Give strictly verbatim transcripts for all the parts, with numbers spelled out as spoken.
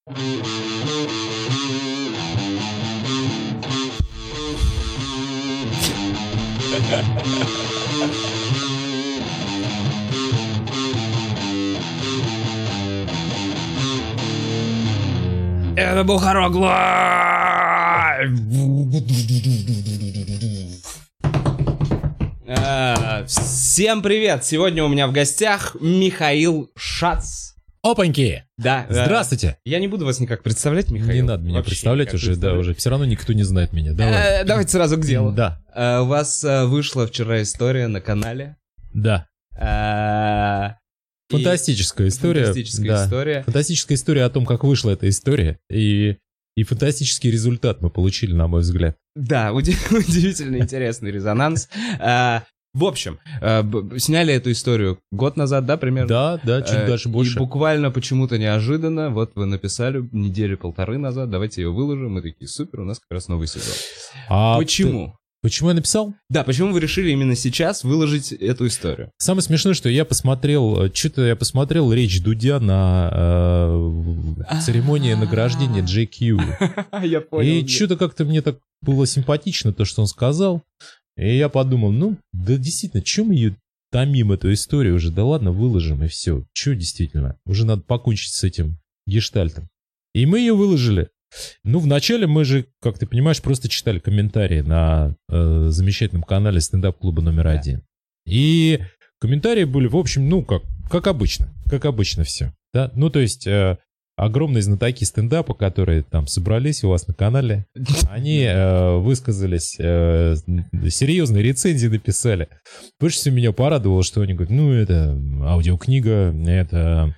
Это был Хорек Лайв! Всем привет! Сегодня у меня в гостях Михаил Шац. Опаньки! Да. Здравствуйте! Я не буду вас никак представлять, Михаил. Не надо меня Вообще представлять уже, да, уже все равно никто не знает меня. Давай. Давайте сразу к делу. Да. У вас вышла вчера история на канале. Да. Фантастическая история. Фантастическая да. история. Фантастическая история о том, как вышла эта история. И, и фантастический результат мы получили, на мой взгляд. Да, удивительно интересный резонанс. В общем, сняли эту историю год назад, да, примерно? Да, да, чуть даже больше. И буквально почему-то неожиданно, вот вы написали недели-полторы назад, давайте ее выложим. Мы такие, супер, у нас как раз новый сезон. А почему? Ты... Почему я написал? Да, почему вы решили именно сейчас выложить эту историю? Самое смешное, что я посмотрел, что-то я посмотрел речь Дудя на э, церемонии награждения джей кью. Я понял. И что-то как-то мне так было симпатично, то, что он сказал. И я подумал, ну, да действительно, что мы ее томим, эту историю уже? Да ладно, выложим, и все. Что действительно? Уже надо покончить с этим гештальтом. И мы ее выложили. Ну, вначале мы же, как ты понимаешь, просто читали комментарии на э, замечательном канале стендап-клуба номер один. И комментарии были, в общем, ну, как, как обычно. Как обычно все. Да? Ну, то есть... Э, огромные знатоки стендапа, которые там собрались у вас на канале, они э, высказались, э, серьезные рецензии написали. Больше всего меня порадовало, что они говорят, ну, это аудиокнига, это,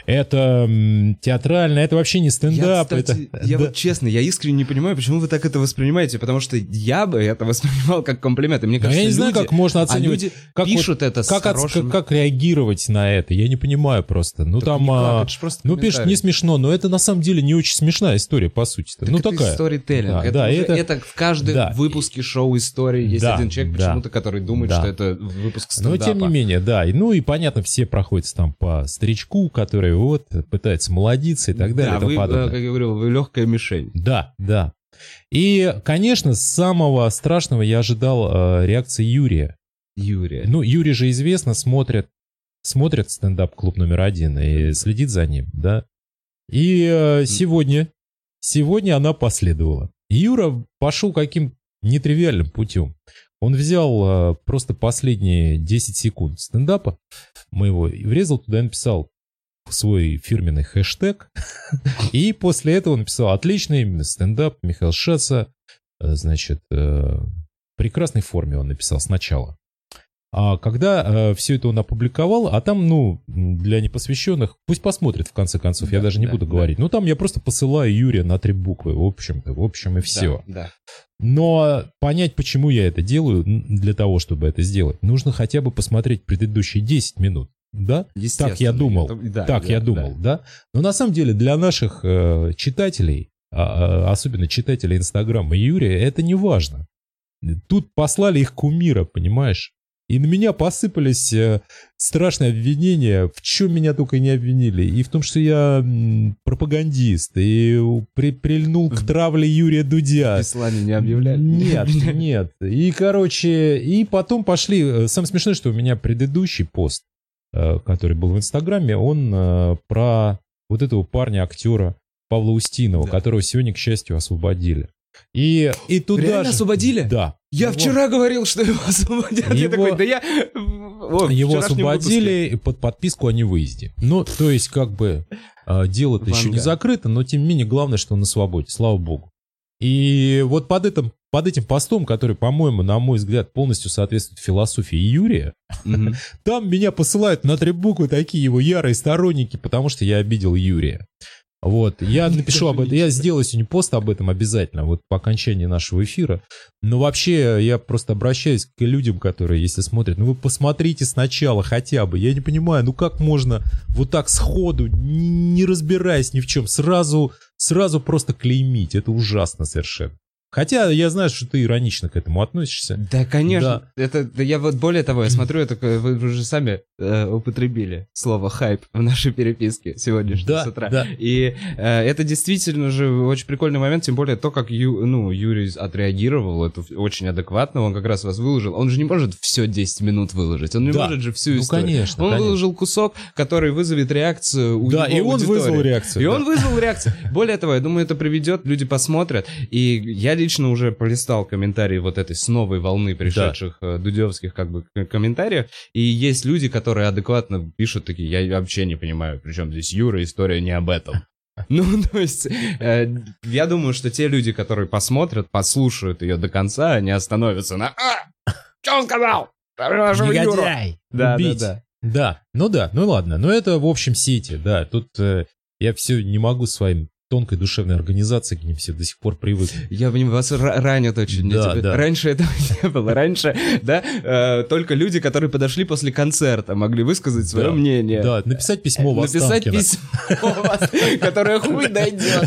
это м, театрально, это вообще не стендап. Я, кстати, это, я да. вот честно, я искренне не понимаю, почему вы так это воспринимаете, потому что я бы это воспринимал как комплимент. И мне кажется, я не люди, знаю, как можно оценивать, а люди как пишут вот, это с как, хорошим... как, как реагировать на это, я не понимаю просто. Ну, так там, никак, а, это ж просто ну, пишут, не смешно, но это на самом деле не очень смешная история, по сути-то. Так ну, это такая. сторителлинг. Да, это, да, уже, это... это в каждом да. выпуске шоу истории есть да, один человек да. почему-то, который думает, да. что это выпуск стендапа. Но тем не менее, да. И, ну и понятно, все проходятся там по старичку, который вот пытается молодиться и так далее. Да, и тому вы, подобное. как я говорил, вы легкая мишень. Да, да. И, конечно, самого страшного я ожидал э, реакции Юрия. Юрия. Ну, Юрий же известно, смотрит, смотрит стендап-клуб номер один и следит за ним, да. И э, сегодня, сегодня она последовала. Юра пошел каким нетривиальным путем. Он взял э, просто последние десять секунд стендапа моего и врезал туда и написал свой фирменный хэштег. И после этого он написал отличный стендап Михаила Шаца. Э, значит, э, в прекрасной форме он написал сначала. А когда э, все это он опубликовал, а там, ну, для непосвященных, пусть посмотрят в конце концов, да, я даже не да, буду да. говорить. Ну, там я просто посылаю Юрия на три буквы, в общем-то, в общем и все. Да, да. Но понять, почему я это делаю, для того, чтобы это сделать, нужно хотя бы посмотреть предыдущие десять минут. Да? Так я думал. Это, да, так да, я думал, да. да. Но на самом деле для наших э, читателей, а, особенно читателей Инстаграма Юрия, это не важно. Тут послали их кумира, понимаешь? И на меня посыпались э, страшные обвинения, в чем меня только не обвинили. И в том, что я м, пропагандист, и при, прильнул к травле Юрия Дудя. Беслане не объявляли? Нет, нет. И, короче, и потом пошли... Самое смешное, что у меня предыдущий пост, э, который был в Инстаграме, он э, про вот этого парня-актера Павла Устинова, да. которого сегодня, к счастью, освободили. И, и туда Реально же... освободили? Да. Я его... вчера говорил, что его освободят. Его, я такой, да я... О, его освободили выпуске. Под подписку о невыезде. Ну, то есть, как бы, дело-то еще не закрыто, но тем не менее, главное, что он на свободе, слава богу. И вот под этим, под этим постом, который, по-моему, на мой взгляд, полностью соответствует философии Юрия, mm-hmm. там меня посылают на три буквы такие его ярые сторонники, потому что я обидел Юрия. Вот, я напишу об этом, я сделаю сегодня пост об этом обязательно, вот по окончании нашего эфира. Но вообще я просто обращаюсь к людям, которые, если смотрят, ну вы посмотрите сначала хотя бы. Я не понимаю, ну как можно вот так сходу, не разбираясь ни в чем, сразу, сразу просто клеймить. Это ужасно совершенно. Хотя я знаю, что ты иронично к этому относишься. Да, конечно. Да. Это, да я вот более того, я смотрю, это вы уже сами э, употребили слово «хайп» в нашей переписке сегодняшней да, с утра. Да. И э, это действительно же очень прикольный момент, тем более то, как Ю, ну, Юрий отреагировал, это очень адекватно, он как раз вас выложил. Он же не может все десять минут выложить, он не да. может же всю ну, историю. Конечно, он конечно. выложил кусок, который вызовет реакцию у да, его и он аудитории. вызвал реакцию. И да. он вызвал реакцию. Более того, я думаю, это приведет, люди посмотрят. И я лично уже полистал комментарии вот этой с новой волны пришедших да. дудевских как бы комментариев. И есть люди, которые адекватно пишут такие, я вообще не понимаю, причем здесь Юра, история не об этом. Ну, то есть, э, я думаю, что те люди, которые посмотрят, послушают ее до конца, они остановятся на «А! Что он сказал? Негодяй! Да, убить!» да, да. Да, ну да, ну ладно. Но это в общем сети, да. Тут э, я все не могу своим тонкой душевной организации к ним все до сих пор привык. Я понимаю, вас ранят очень. Да, да. Раньше этого не было. Раньше, да, э, только люди, которые подошли после концерта, могли высказать свое да, мнение. Да, написать письмо в Написать письмо, которое хуй дойдет.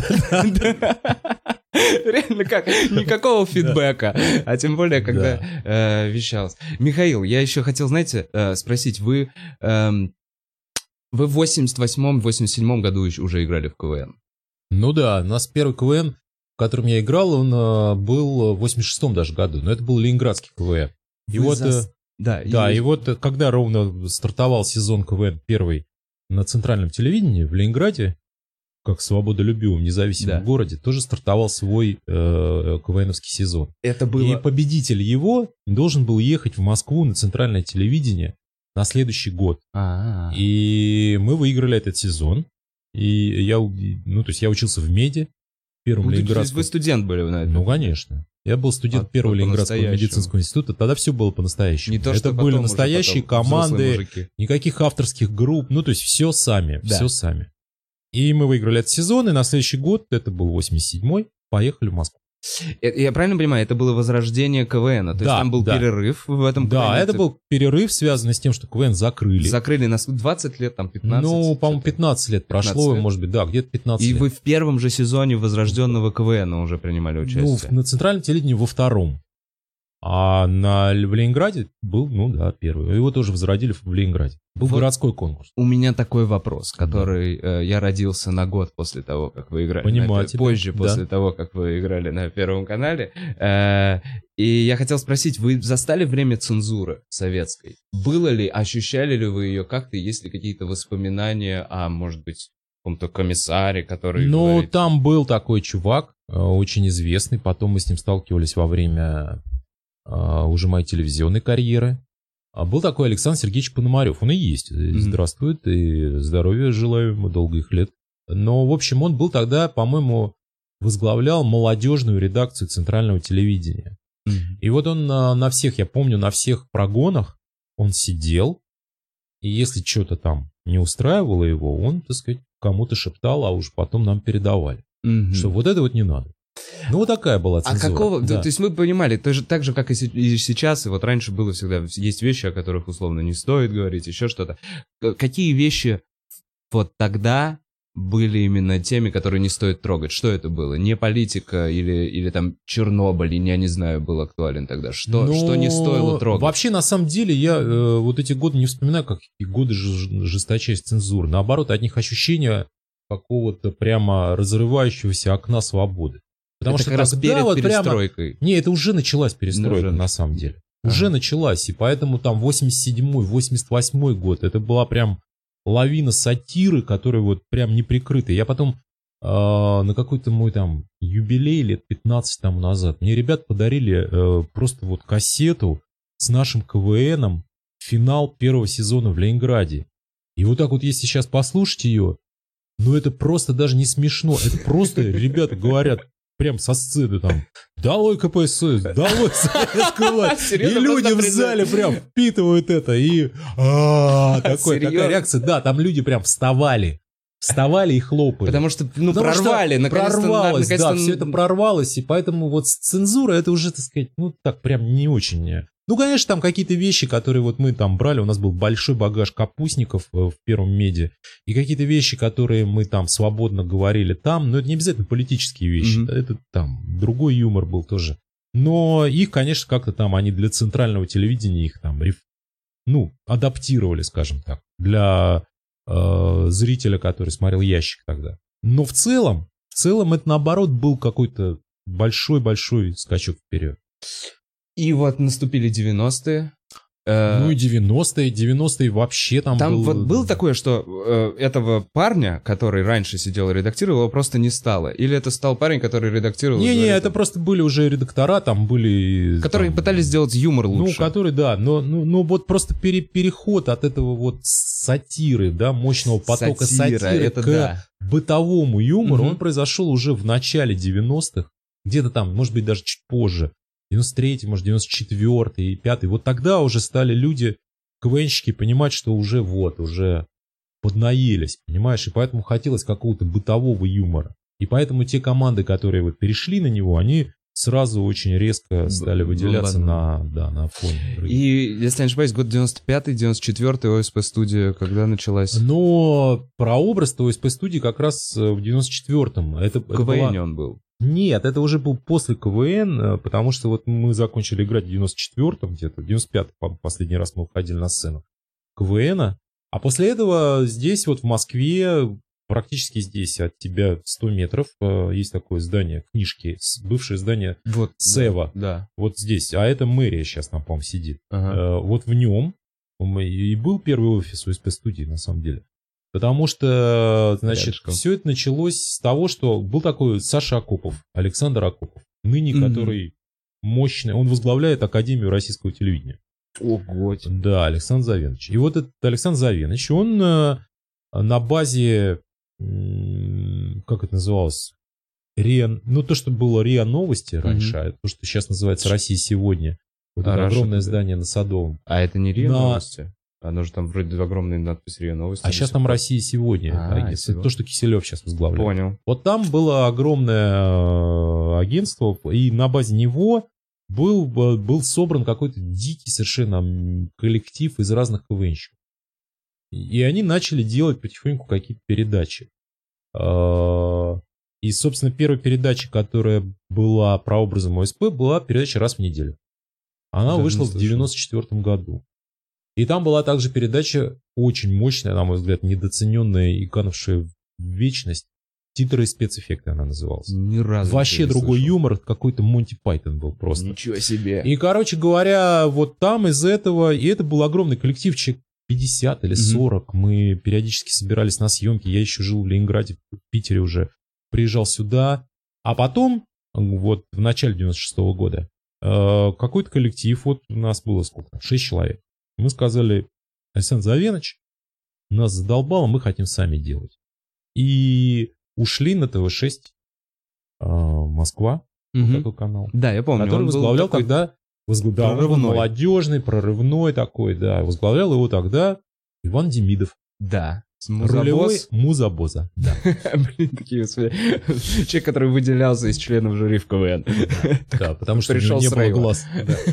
Реально как, никакого фидбэка, да. А тем более, когда да. э, вещалось. Михаил, я еще хотел, знаете, э, спросить, вы, э, вы в восемьдесят восьмом восемьдесят седьмом году еще уже играли в КВН? Ну да, у нас первый КВН, в котором я играл, он э, был в восемьдесят шестом даже году, но это был ленинградский КВН. И вот, за... да, да и... и вот когда ровно стартовал сезон КВН первый на центральном телевидении в Ленинграде, как свободолюбивом независимом да. городе, тоже стартовал свой э, КВНовский сезон. Это было... И победитель его должен был ехать в Москву на центральное телевидение на следующий год. А-а-а. И мы выиграли этот сезон. И я, ну, то есть я учился в МЕДе, первом ну, ленинградском... То есть вы студент были на этом? Ну, конечно. Я был студент а, первого Ленинградского медицинского института, тогда все было по-настоящему. Не то, это что были потом настоящие команды, никаких авторских групп, ну, то есть все сами, да. все сами. И мы выиграли этот сезон, и на следующий год, это был восемьдесят седьмой, поехали в Москву. Я правильно понимаю, это было возрождение КВНа, то да, есть там был да. перерыв в этом да, КВН? Да, это был перерыв, связанный с тем, что КВН закрыли. Закрыли на двадцать лет, там пятнадцать? Ну, по-моему, пятнадцать лет прошло, пятнадцать лет? Может быть, да, где-то пятнадцать И лет. вы в первом же сезоне возрожденного КВНа уже принимали участие? Ну, на центральном телевидении во втором. А на, в Ленинграде был, ну да, первый. Его тоже возродили в Ленинграде. Был вот городской конкурс. У меня такой вопрос, который да. э, я родился на год после того, как вы играли. Понимаете. На, позже, да. после того, как вы играли на Первом канале. Э, и я хотел спросить, вы застали время цензуры советской? Было ли, ощущали ли вы ее как-то? Есть ли какие-то воспоминания о, может быть, каком-то комиссаре, который... Ну, говорит... там был такой чувак, очень известный. Потом мы с ним сталкивались во время... уже моей телевизионной карьеры. А был такой Александр Сергеевич Пономарев. Он и есть. Mm-hmm. Здравствует. И здоровья желаю ему, долгих лет. Но, в общем, он был тогда, по-моему, возглавлял молодежную редакцию центрального телевидения. Mm-hmm. И вот он на, на всех, я помню, на всех прогонах он сидел. И если что-то там не устраивало его, он, так сказать, кому-то шептал, а уж потом нам передавали. Mm-hmm. Что вот это вот не надо. Ну, вот такая была цензура. А какого... Да. То есть мы понимали, то же, так же, как и сейчас, и вот раньше было всегда, есть вещи, о которых условно не стоит говорить, еще что-то. Какие вещи вот тогда были именно теми, которые не стоит трогать? Что это было? Не политика или, или там Чернобыль, я не знаю, был актуален тогда? Что, ну, что не стоило трогать? Вообще, на самом деле, я э, вот эти годы не вспоминаю, как годы жесточайшей цензуры. Наоборот, от них ощущения какого-то прямо разрывающегося окна свободы. Потому это что как раз перед вот перестройкой. Прямо... Не, это уже началась перестройка, уже... на самом деле. А. Уже началась, и поэтому там восемьдесят седьмой восемьдесят восьмой год, это была прям лавина сатиры, которая вот прям неприкрытая. Я потом э, на какой-то мой там юбилей лет пятнадцать тому назад, мне ребят подарили э, просто вот кассету с нашим КВНом, финал первого сезона в Ленинграде. И вот так вот, если сейчас послушать ее, ну это просто даже не смешно, это просто ребята говорят, прям со сцены там, долой КПСС, долой советскую власть. И люди в зале прям впитывают это. И такая реакция. Да, там люди прям вставали. Вставали и хлопали. Потому что, ну, прорвали. Прорвалось, да, все это прорвалось. И поэтому вот цензура, это уже, так сказать, ну, так прям не очень Ну, конечно, там какие-то вещи, которые вот мы там брали, у нас был большой багаж капустников в первом меди, и какие-то вещи, которые мы там свободно говорили там, но это не обязательно политические вещи, mm-hmm. это там другой юмор был тоже. Но их, конечно, как-то там, они для центрального телевидения их там, ну, адаптировали, скажем так, для э, зрителя, который смотрел «Ящик» тогда. Но в целом, в целом это наоборот был какой-то большой-большой скачок вперед. И вот наступили девяностые. Ну и девяностые, девяностые вообще там, там был... вот было такое, что э, этого парня, который раньше сидел и редактировал, его просто не стало? Или это стал парень, который редактировал? Не-не, это просто были уже редактора, там были... Которые там, пытались сделать юмор лучше. Ну, которые, да, но, ну, ну вот просто пере, переход от этого вот сатиры, да, мощного потока Сатира, сатиры это к да. бытовому юмору, угу. он произошел уже в начале девяностых, где-то там, может быть, даже чуть позже. девяносто третий, может, девяносто четвёртый, пятый. Вот тогда уже стали люди, КВНщики, понимать, что уже вот, уже поднаелись, понимаешь? И поэтому хотелось какого-то бытового юмора. И поэтому те команды, которые вот перешли на него, они сразу очень резко стали выделяться на, да, на фоне. И, если я не ошибаюсь, год девяносто пятый, девяносто четвёртый ОСП-студия, когда началась? Но прообраз ОСП-студии как раз в девяносто четвёртом. Это, в КВН была... он был. Нет, это уже был после КВН, потому что вот мы закончили играть в девяносто четвёртом где-то, в девяносто пятом последний раз мы выходили на сцену КВНа, а после этого здесь вот в Москве, практически здесь от тебя сто метров, есть такое здание, книжки, бывшее здание вот, Сева, да, да. Вот здесь, а это мэрия сейчас там, по-моему, сидит. Ага. Вот в нем и был первый офис ОСП-студии на самом деле. Потому что, значит, Рядышком. Все это началось с того, что был такой Саша Акопов, Александр Акопов, ныне mm-hmm. который мощный, он возглавляет Академию российского телевидения. Ого. Да, Александр Завенович. И вот этот Александр Завенович, он на базе, как это называлось, РИА, ну то, что было РИА Новости раньше, mm-hmm. а то, что сейчас называется Россия сегодня, вот а это огромное тогда? Здание на Садовом. А это не РИА на... Новости? Оно же там вроде огромная надпись РИА Новости. А сейчас там Россия сегодня. А, это то, что Киселев сейчас возглавляет. Понял. Вот там было огромное агентство, и на базе него был, был собран какой-то дикий совершенно коллектив из разных КВНщиков. И они начали делать потихоньку какие-то передачи. И, собственно, первая передача, которая была прообразом ОСП, была передача раз в неделю. Она Даже вышла в девяносто четвёртом году. И там была также передача очень мощная, на мой взгляд, недооцененная и канувшая в вечность. Титры и спецэффекты она называлась. Ни разу Вообще другой слышал. Юмор, какой-то Монти Пайтон был просто. Ничего себе. И, короче говоря, вот там из этого, и это был огромный коллективчик, пятьдесят или сорок. Mm-hmm. Мы периодически собирались на съемки. Я еще жил в Ленинграде, в Питере уже. Приезжал сюда. А потом, вот в начале девяносто шестого года, какой-то коллектив, вот у нас было сколько? Шесть человек. Мы сказали: Александр Завенович, нас задолбало, мы хотим сами делать. И ушли на ТВ шесть, э, Москва, угу. такой канал. Да, я помню. Который возглавлял такой... тогда, возглавлял, он был молодежный, прорывной такой, да. Возглавлял его тогда Иван Демидов. Да. Рулевой Музабоза. Да. Блин, такие человек, который выделялся из членов жюри в КВН. Да, потому что пришел не было глаз.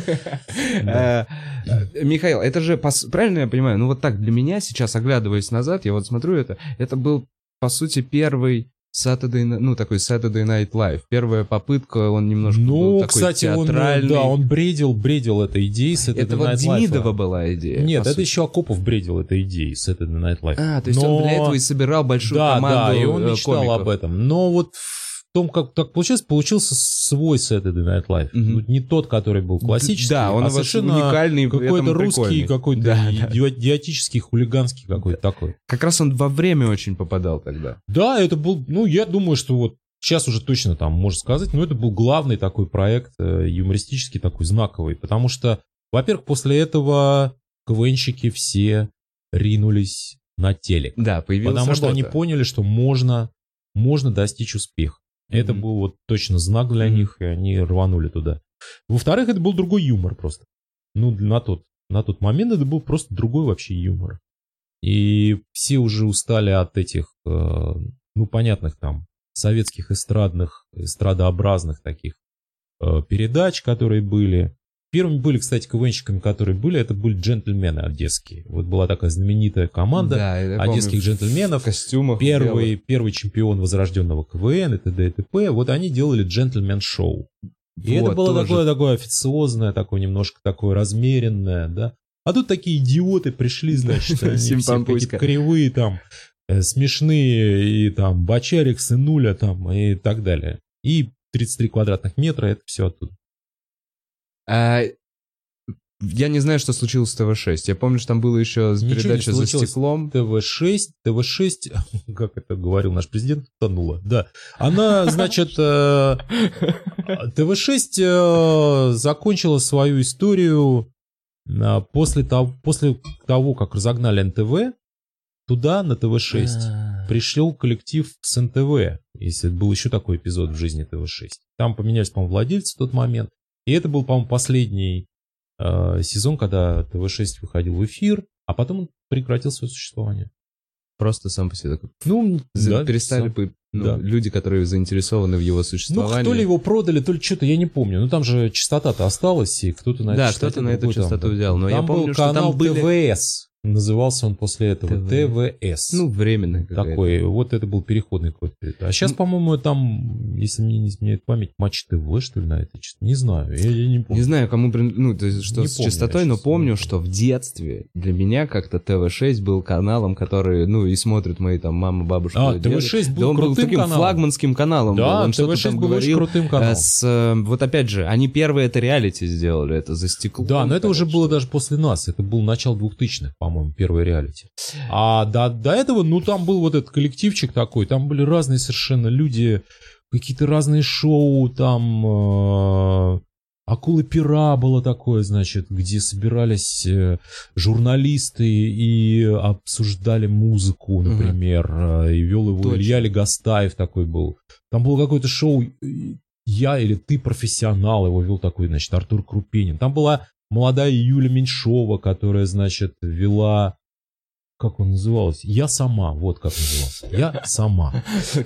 Михаил, это же, правильно я понимаю, ну вот так для меня сейчас, оглядываясь назад, я вот смотрю это, это был, по сути, первый Saturday, ну, такой Saturday Night Live. Первая попытка, он немножко ну, был такой кстати, театральный. Он, да, он бредил, бредил этой идеей Saturday это вот Night Демидова Live. была идея. Нет, это сути. еще Акопов бредил этой идеей Saturday Night Live. А, то есть Но... он для этого и собирал большую да, команду да, и он мечтал комиков. об этом. Но вот в том, как так получилось, получился свой Saturday Night Live. Mm-hmm. Не тот, который был классический, да, он а совершенно уникальный, какой-то русский, прикольный. какой-то да, идиотический, хулиганский какой-то да. такой. Как раз он во время очень попадал тогда. Да, это был, ну, я думаю, что вот сейчас уже точно там можно сказать, но это был главный такой проект, юмористический такой, знаковый. Потому что, во-первых, после этого КВНщики все ринулись на телек. Да, появилась Потому работа. что они поняли, что можно, можно достичь успеха. Mm-hmm. Это был вот точно знак для mm-hmm. них, и они рванули туда. Во-вторых, это был другой юмор просто. Ну, на тот, на тот момент это был просто другой вообще юмор. И все уже устали от этих, э, ну, понятных там, советских эстрадных, эстрадообразных таких э, передач, которые были. Первыми были, кстати, КВНщиками, которые были, это были джентльмены одесские. Вот была такая знаменитая команда Да, одесских джентльменов. В костюмах. Первый, первый чемпион возрожденного КВН и т.д. и т.п. Вот они делали джентльмен-шоу. И вот, это было тоже такое, такое официозное, такое немножко такое размеренное, да. А тут такие идиоты пришли, значит, они все какие-то кривые там, э, смешные, и там Бочарик, Сынуля там, и так далее. И тридцать три квадратных метра, это все оттуда. А, я не знаю, что случилось с ТВ шесть. Я помню, что там было еще передача «За стеклом». ТВ шесть, ТВ шесть, как это говорил наш президент, тонула. Да, она, значит, ТВ шесть закончила свою историю после того, после того, как разогнали эн тэ вэ. Туда, на ТВ шесть, пришел коллектив с эн тэ вэ, если был еще такой эпизод в жизни ТВ шесть. Там поменялись, по-моему, владельцы в тот момент. И это был, по-моему, последний э, сезон, когда ТВ шесть выходил в эфир, а потом он прекратил свое существование. Просто сам по себе такой. Ну, За, да, перестали сам, бы ну, да. люди, которые заинтересованы в его существовании. Ну, то ли его продали, то ли что-то, я не помню. Ну, там же частота-то осталась, и кто-то на да, эту кто-то на эту частоту там, взял. Но там я помню, был что канал там были... ТВС. Назывался он после этого ТВ. ТВС. Ну, временный такой. Вот это был переходный какой-то период. А сейчас, по-моему, там, если мне не изменяет память, Матч ТВ, что ли, на это? Не знаю, я, я не помню. Не знаю, кому... Ну, то есть, что не с помню, частотой, но помню, что в детстве для меня как-то ТВ шесть был каналом, который, ну, и смотрят мои там мама, бабушка. А, ТВ шесть был да, он крутым был таким каналом. Флагманским каналом. Да, был. Он ТВ шесть был очень крутым каналом. С, вот опять же, они первые это реалити сделали, это «За стеклом». Да, но это уже было даже после нас. Это был начало двухтысячных, по-моему, первый реалити. А до, до этого, ну, там был вот этот коллективчик такой, там были разные совершенно люди, какие-то разные шоу, там э, «Акулы-пера» было такое, значит, где собирались э, журналисты и обсуждали музыку, например, угу. И вел его Точно. Илья Легостаев такой был. Там было какое-то шоу «Я или ты профессионал», его вел такой, значит, Артур Крупенин. Там была молодая Юля Меньшова, которая, значит, вела... Как он назывался? «Я сама». Вот как назывался. «Я сама».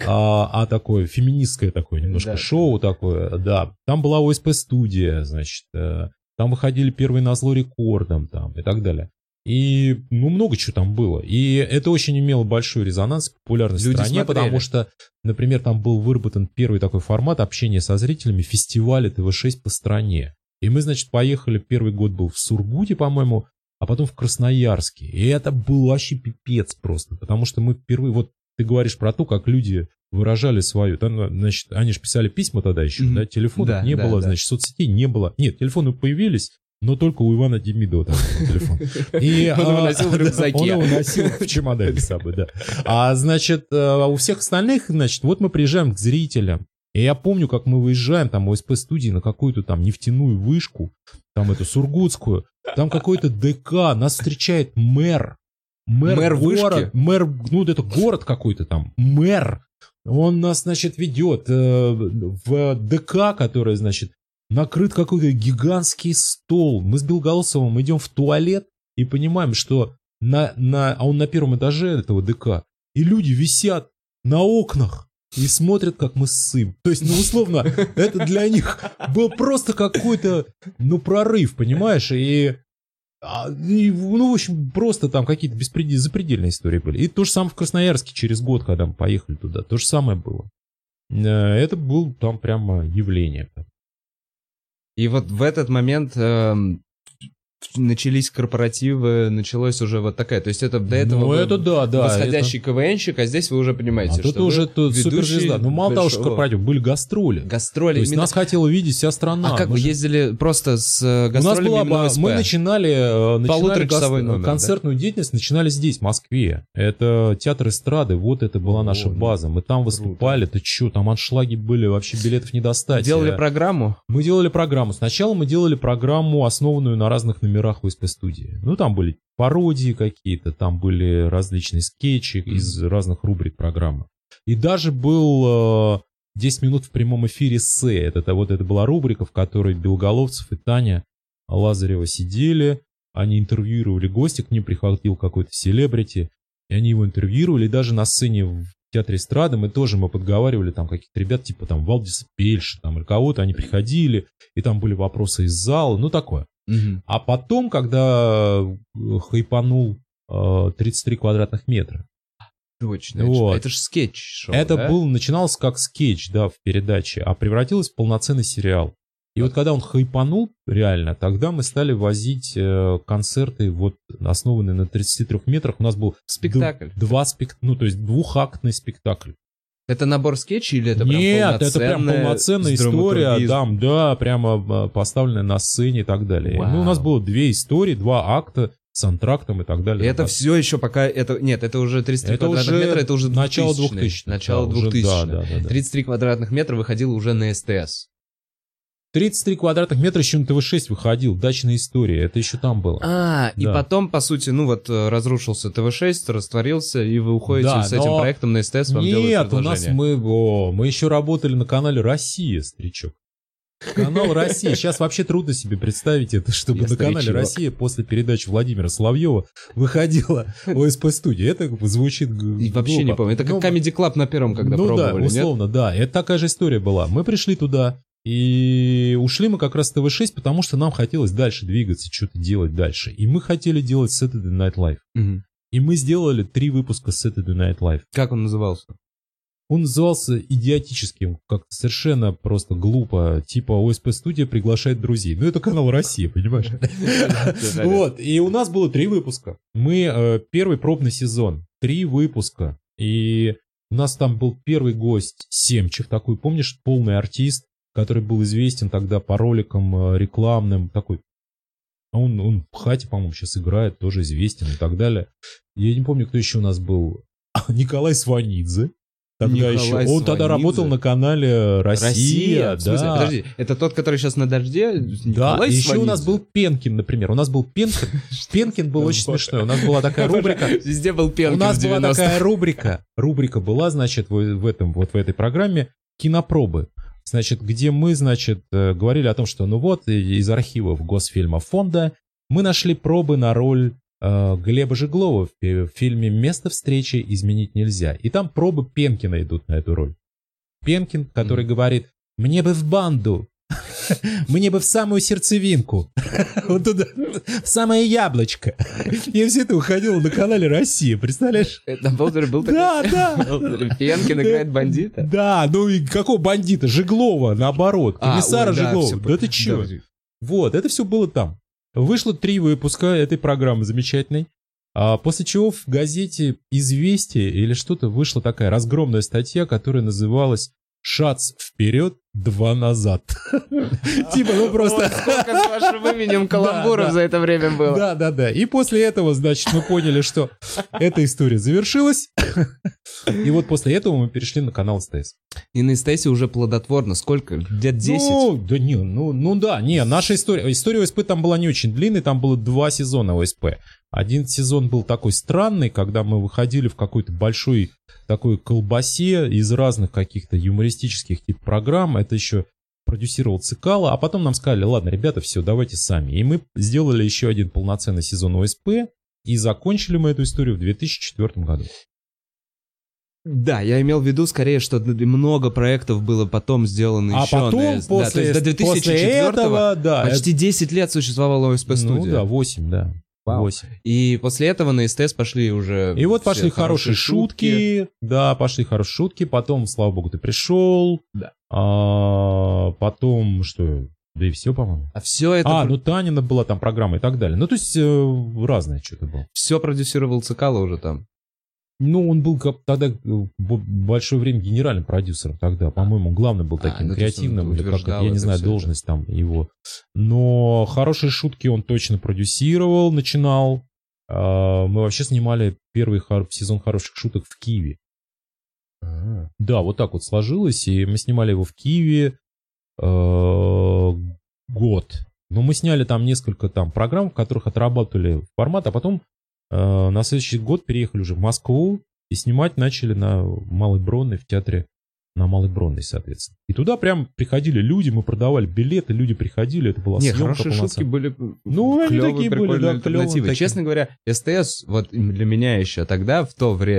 А, а такое феминистское такое немножко да. шоу такое, да. Там была о эс пэ-студия, значит. Там выходили первые «Назло рекордам» там и так далее. И, ну, много чего там было. И это очень имело большой резонанс, популярность в стране, потому что, например, там был выработан первый такой формат общения со зрителями, фестиваля ТВ шесть по стране. И мы, значит, поехали, первый год был в Сургуте, по-моему, а потом в Красноярске. И это был вообще пипец просто, потому что мы впервые, вот ты говоришь про то, как люди выражали свою, там, значит, они же писали письма тогда еще, mm-hmm. да, телефонов да, не да, было, да. значит, соцсетей не было. Нет, телефоны появились, но только у Ивана Демидова там был телефон. И, он его носил в рюкзаке. Он его носил в чемодане с собой, да. А, значит, у всех остальных, значит, вот мы приезжаем к зрителям. И я помню, как мы выезжаем там в о эс пэ-студии на какую-то там нефтяную вышку, там эту Сургутскую, там какой-то ДК, нас встречает мэр. Мэр, мэр город, вышки? Мэр, ну это город какой-то там, мэр. Он нас, значит, ведет э, в ДК, который, значит, накрыт какой-то гигантский стол. Мы с Белоголосовым идем в туалет и понимаем, что на, на, а он на первом этаже этого ДК, и люди висят на окнах. И смотрят, как мы ссым. То есть, ну, условно, это для них был просто какой-то, ну, прорыв, понимаешь? И, и ну, в общем, просто там какие-то беспредельные, запредельные истории были. И то же самое в Красноярске через год, когда мы поехали туда. То же самое было. Это было там прямо явление. И вот в этот момент... Э... начались корпоративы, началась уже вот такая, то есть это до этого ну, это да, да, восходящий это... КВНщик, а здесь вы уже понимаете, а что тут уже суперзвезда. Ну мало того, что корпоратив, были гастроли. Гастроли. То есть именно... нас хотела видеть вся страна. А как вы же... ездили просто с гастролями? У нас была, мы начинали, начинали гаст... номер, концертную да? деятельность, начинали здесь, в Москве. Это театр эстрады, вот это была О, наша база. Мы там выступали, круто. Ты чё, там аншлаги были, вообще билетов не достать. Делали программу? Мы делали программу. Сначала мы делали программу, основанную на разных номерах о эс пэ-студии. Ну, там были пародии какие-то, там были различные скетчи mm-hmm. из разных рубрик программы. И даже был э, десять минут в прямом эфире «С». Это, вот это была рубрика, в которой Белоголовцев и Таня Лазарева сидели, они интервьюировали гостя, к ним приходил какой-то селебрити, и они его интервьюировали, и даже на сцене в театре эстрады, мы тоже мы подговаривали там каких-то ребят, типа там Валдиса Пельша там или кого-то, они приходили, и там были вопросы из зала, ну такое. Мгм. А потом, когда хайпанул э, тридцать три квадратных метра, Точно. Вот. Это же скетч-шоу, это да? был, начиналось как скетч, да, в передаче, а превратилось в полноценный сериал. И вот когда он хайпанул, реально, тогда мы стали возить э, концерты, вот, основанные на тридцати трёх метрах. У нас был Спектакль. д- два спект... ну, то есть двухактный спектакль. Это набор скетчей или это прям Нет, это прям полноценная полноценная с история, драматургизмом? там, да, прямо э, поставленная на сцене и так далее. Вау. Ну, у нас было две истории, два акта с антрактом и так И далее. это Да. все еще пока... это Нет, это уже тридцать три Это квадратных уже метра, это уже начало двухтысячные. двухтысячных. Начало да, уже, двухтысячных. да, да, да, да. тридцать три квадратных метра выходило уже на СТС. тридцать три квадратных метра еще на тэ вэ шесть выходил, дачная история, это еще там было. А, и Да. потом, по сути, ну вот э, разрушился тэ вэ шесть, растворился, и вы уходите Да, с этим но- проектом на СТС, вам делают Нет, у нас предложение. мы, о, мы еще работали на канале «Россия», старичок. Канал «Россия». Сейчас вообще трудно себе представить это, чтобы Я на канале старичок. «Россия» после передачи Владимира Соловьева выходила ОСП-студия. Это звучит г- И вообще не глупо. помню. Это как Ну, Comedy Club на первом, когда ну пробовали, да, нет? условно, да. Это такая же история была. Мы пришли туда, и ушли мы как раз с тэ вэ шесть, потому что нам хотелось дальше двигаться, что-то делать дальше. И мы хотели делать Saturday Night Live. Мгм. И мы сделали три выпуска Saturday Night Live. Как он назывался? Он назывался идиотическим, как совершенно просто глупо, типа ОСП-студия приглашает друзей. Ну, это канал «Россия», понимаешь? Вот, и у нас было три выпуска. Мы, э, первый пробный сезон, три выпуска. И у нас там был первый гость Семчев такой, помнишь, полный артист, который был известен тогда по роликам э, рекламным, такой. А Он, он в хате, по-моему, сейчас играет, тоже известен и так далее. Я не помню, кто еще у нас был. Николай Сванидзе. Тогда Николай еще. Он тогда Сванидзе? работал на канале «Россия». Россия? В смысле, да. подожди, это тот, который сейчас на дожде? Да, Николай и еще у нас Сванидзе? был Пенкин, например. У нас был Пенкин. Пенкин был очень смешной. У нас была такая рубрика. Везде был Пенкин У нас в была девяностых. такая рубрика. Рубрика была, значит, в в этом, вот в этой программе кинопробы. Значит, где мы, значит, э, говорили о том, что ну вот и- из архивов Госфильма фонда мы нашли пробы на роль э, Глеба Жеглова в, фи- в фильме «Место встречи изменить нельзя». И там пробы Пенкина идут на эту роль. Пенкин, который Мгм. говорит: «Мне бы в банду, мне бы в самую сердцевинку, вот туда, в самое яблочко». И все это выходило на канале «Россия», представляешь? Это был, был такой... Да, да. Пенкин играет бандита? Да, ну и какого бандита? Жеглова, наоборот. А, Комиссара ой, да, Жеглова. всё, Да ты че? да. Вот, это все было там. Вышло три выпуска этой программы замечательной. А после чего в газете «Известия» или что-то вышла такая разгромная статья, которая называлась «Шац вперед, два назад». Типа, ну просто... Сколько с вашим именем каламбуров Да, да. за это время было. Да, да, да. И после этого, значит, мы поняли, что эта история завершилась. И вот после этого мы перешли на канал СТС. И на СТСе уже плодотворно. Сколько? Лет десять? Ну, да не, ну, ну да, не, наша история, история ОСП там была не очень длинной, там было два сезона ОСП. Один сезон был такой странный, когда мы выходили в какой-то большой такой колбасе из разных каких-то юмористических тип программ, это еще продюсировал Цикало, а потом нам сказали: ладно, ребята, все, давайте сами. И мы сделали еще один полноценный сезон ОСП, и закончили мы эту историю в две тысячи четвёртом году. Да, я имел в виду скорее, что много проектов было потом сделано А еще. потом, на- да, после, то есть до две тысячи после четвёртого этого, да, почти десять лет существовала ОСП-студия. ну да, восемь, да. Вау. восемь. И после этого на СТС пошли уже... И вот все пошли хорошие шутки. Да, пошли хорошие шутки. Потом, слава богу, ты пришел. Да. А, потом, что? Да и все, по-моему. А все это... А, ну Танина была там программа и так далее. Ну, то есть, э, разное что-то было. Все продюсировал Цикало уже там. Ну, он был как тогда э, б- большое время генеральным продюсером тогда. По-моему, он главный был А, таким ну, то есть он креативным. Или как утверждал я не это знаю, всё должность там его. Но хорошие шутки он точно продюсировал, начинал. А, мы вообще снимали первый хор- сезон хороших шуток в Киеве. Да, вот так вот сложилось, и мы снимали его в Киеве э, год. Но мы сняли там несколько там программ, в которых отрабатывали формат, а потом э, на следующий год переехали уже в Москву и снимать начали на Малой Бронной, в театре на Малой Бронной, соответственно. И туда прям приходили люди, мы продавали билеты, люди приходили, это была Не, съемка хорошие шутки полноценная. были Ну, они клёвые, такие были, прикольные да, альтернативы. клёвые такие. Честно говоря, СТС, вот для меня еще тогда, в то время,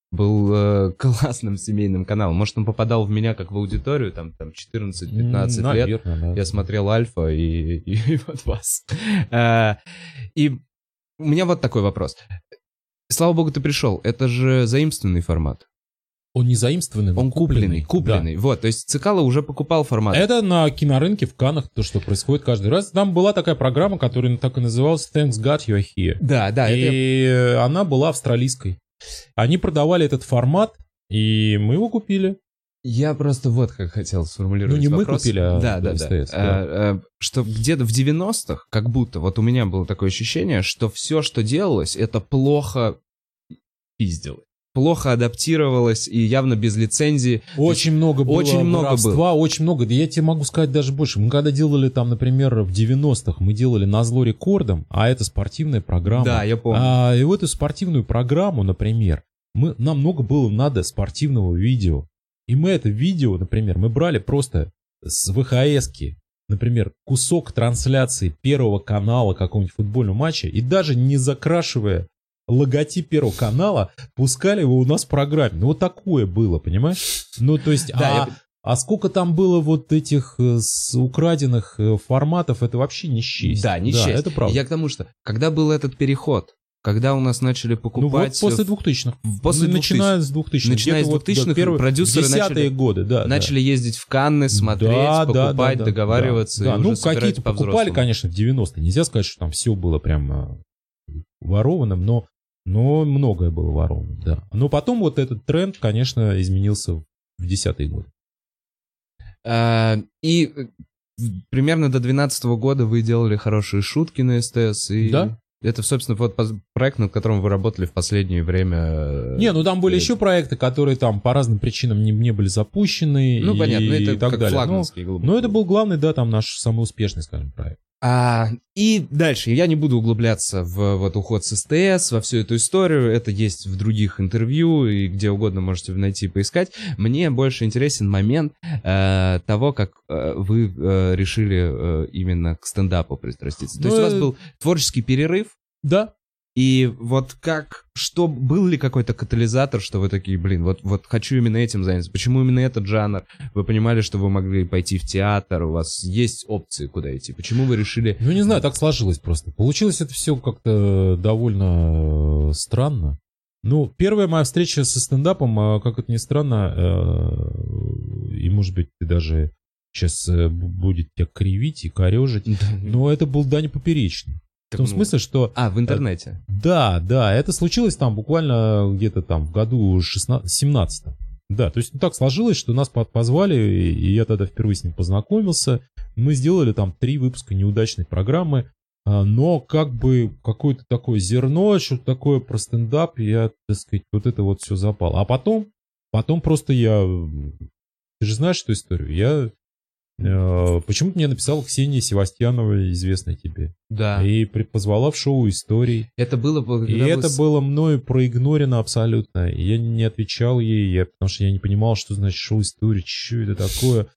был э, классным семейным каналом. Может, он попадал в меня как в аудиторию, там, там четырнадцать-пятнадцать лет. Да. Я смотрел Альфа и, и, и вот вас. А, и у меня вот такой вопрос. Слава богу, ты пришел. Это же заимствованный формат. Он не заимствованный, он купленный. Купленный, да. Вот, то есть Цикало уже покупал формат. Это на кинорынке в Каннах, то, что происходит каждый раз. Там была такая программа, которая так и называлась «Thanks God you're here». Да, да. И это... она была австралийской. Они продавали этот формат, и мы его купили. Я просто вот как хотел сформулировать Ну, не вопрос. мы купили, а да, да, СТС. Да. Да. А, а, что где-то в девяностых, как будто, вот у меня было такое ощущение, что все, что делалось, это плохо пиздилось. Плохо адаптировалось и явно без лицензии. Очень много было очень много воровства, было. очень много. Да я тебе могу сказать даже больше. Мы когда делали там, например, в девяностых, мы делали «Назло рекордом», а это спортивная программа. Да, я помню. А, и в эту спортивную программу, например, мы, нам много было надо спортивного видео. И мы это видео, например, мы брали просто с вэ ха эски, например, кусок трансляции Первого канала какого-нибудь футбольного матча, и даже не закрашивая логотип Первого канала, пускали его у нас в программе. Ну, вот такое было, понимаешь? Ну, то есть, да, а, я... а сколько там было вот этих э, с украденных э, форматов, это вообще не счесть. Да, не да, счесть. Это правда. Я к тому, что, когда был этот переход, когда у нас начали покупать... Ну, вот после двухтысячных. После ну, начиная с двухтысячных. Начиная с двухтысячных, вот, да, первые, продюсеры начали, годы, да, начали да. ездить в Канны, смотреть, да, покупать, да, да, договариваться. Да, и да. Ну, уже какие-то покупали, конечно, в девяностые. Нельзя сказать, что там все было прям ворованным, но... Но многое было воровано, да. Но потом вот этот тренд, конечно, изменился в десятые годы. А, и примерно до двенадцатого года вы делали хорошие шутки на СТС. И да. Это, собственно, вот проект, над которым вы работали в последнее время. Не, ну там были еще проекты, которые там по разным причинам не, не были запущены. Ну, и, понятно, это и так как далее. флагманский. Но, но это был главный, да, там наш самый успешный, скажем, проект. А, и дальше, я не буду углубляться в вот уход с СТС, во всю эту историю, это есть в других интервью, и где угодно можете найти и поискать. Мне больше интересен момент э, того, как э, вы э, решили э, именно к стендапу пристраститься. То ну, есть у вас был творческий перерыв? Да. И вот как, что, был ли какой-то катализатор, что вы такие, блин, вот, вот хочу именно этим заняться? Почему именно этот жанр? Вы понимали, что вы могли пойти в театр, у вас есть опции, куда идти? Почему вы решили... Ну, не знаю, так сложилось просто. Получилось это все как-то довольно странно. Ну, первая моя встреча со стендапом, как это ни странно, и, может быть, ты даже сейчас будет тебя кривить и корежить, но это был Даня Поперечный. В том ну, смысле, что... А, в интернете. Да, да, это случилось там буквально где-то там в году семнадцатом. Да, то есть ну, так сложилось, что нас позвали, и я тогда впервые с ним познакомился. Мы сделали там три выпуска неудачной программы, но как бы какое-то такое зерно, что-то такое про стендап, я, так сказать, вот это вот все запало. А потом, потом просто я... Ты же знаешь эту историю? Я... Почему-то мне написала Ксения Севастьянова, известная тебе. Да. И позвала в шоу историй. Это было... И вы... это было мною проигнорено абсолютно. И я не отвечал ей, я, потому что я не понимал, что значит шоу историй, что это такое.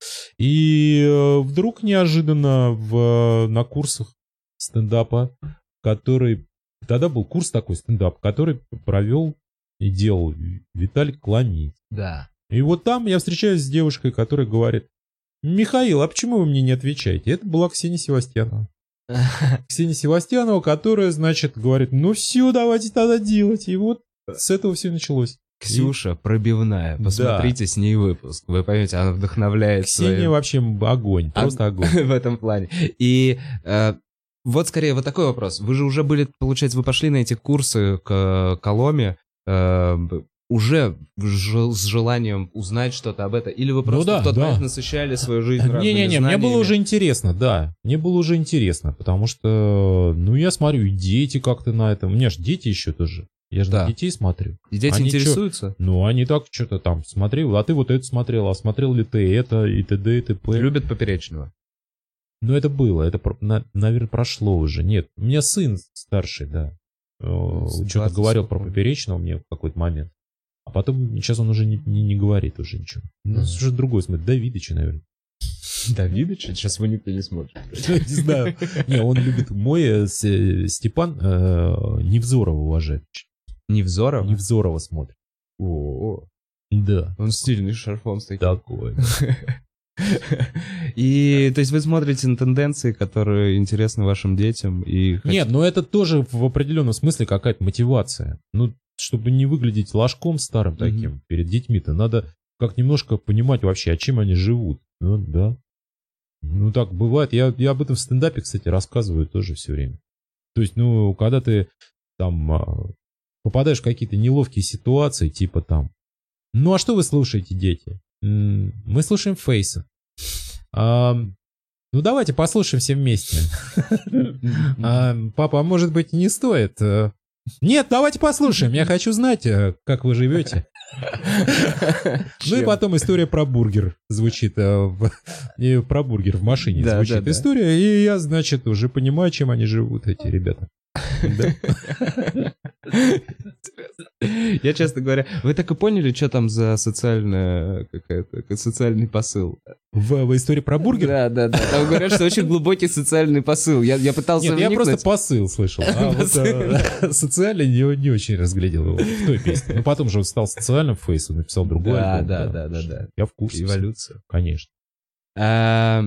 И вдруг неожиданно в, на курсах стендапа, который... Тогда был курс такой стендап, который провел и делал Виталий Кламиец. Да. И вот там я встречаюсь с девушкой, которая говорит: Михаил, а почему вы мне не отвечаете? Это была Ксения Севастьянова. Ксения Севастьянова, которая, значит, говорит, ну все, давайте тогда делать. И вот с этого все началось. Ксюша и... пробивная. Посмотрите да. с ней выпуск. Вы поймете, она вдохновляет. Ксения своим... вообще огонь, просто огонь. В этом плане. И э, вот скорее вот такой вопрос. Вы же уже были, получается, вы пошли на эти курсы к Коломе, э, уже с желанием узнать что-то об этом? Или вы просто ну да, в тот да. момент насыщали свою жизнь разными знаниями? Не-не-не, мне было уже интересно, да. Мне было уже интересно, потому что, ну, я смотрю, и дети как-то на этом. У меня же дети еще тоже. Я же да. на детей смотрю. И дети они интересуются? Чё, ну, они так что-то там смотрел, а ты вот это смотрел, а смотрел ли ты это, и т.д. и т.п. Любят Поперечного? Ну, это было, это, наверное, прошло уже. Нет, у меня сын старший, да. Что-то говорил про Поперечного мне в какой-то момент. А потом, сейчас он уже не, не, не говорит уже ничего. Ну, mm. уже другой смотрит. Давидыча, наверное. Давидыча? Сейчас вы никто не смотрит. Не знаю. Не, он любит мой Степан Невзорова уважает. Невзорова? Невзорова смотрит. О, Да. он стильный, шарфом с таким. Такой. И, то есть, вы смотрите на тенденции, которые интересны вашим детям, и... Нет, но это тоже в определенном смысле какая-то мотивация. Ну, чтобы не выглядеть ложком старым таким mm-hmm. перед детьми-то, надо как немножко понимать вообще, а чем они живут. Ну, да. Ну, так бывает. Я, я об этом в стендапе, кстати, рассказываю тоже все время. То есть, ну, когда ты там попадаешь в какие-то неловкие ситуации, типа там, ну, а что вы слушаете, дети? Мы слушаем Фейса. А, ну, давайте послушаем все вместе. а, папа, а может быть, не стоит? Нет, давайте послушаем. Я хочу знать, как вы живете. Ну и потом история про бургер звучит. И про бургер в машине звучит история. И я, значит, уже понимаю, чем они живут, эти ребята. Я, честно говоря, вы так и поняли, что там за социальная какая-то социальный посыл? В, в истории про бургер? Да, да, да. Там говорят, что очень глубокий социальный посыл. Я, я пытался Нет, вникнуть. Я просто посыл слышал. А вот а, социальный не, не очень разглядел его в той песне. Но потом же он стал социальным, Фейсом написал другой да, альбом. Да, да, да, да. Я в курсе. Эволюция. Конечно. А,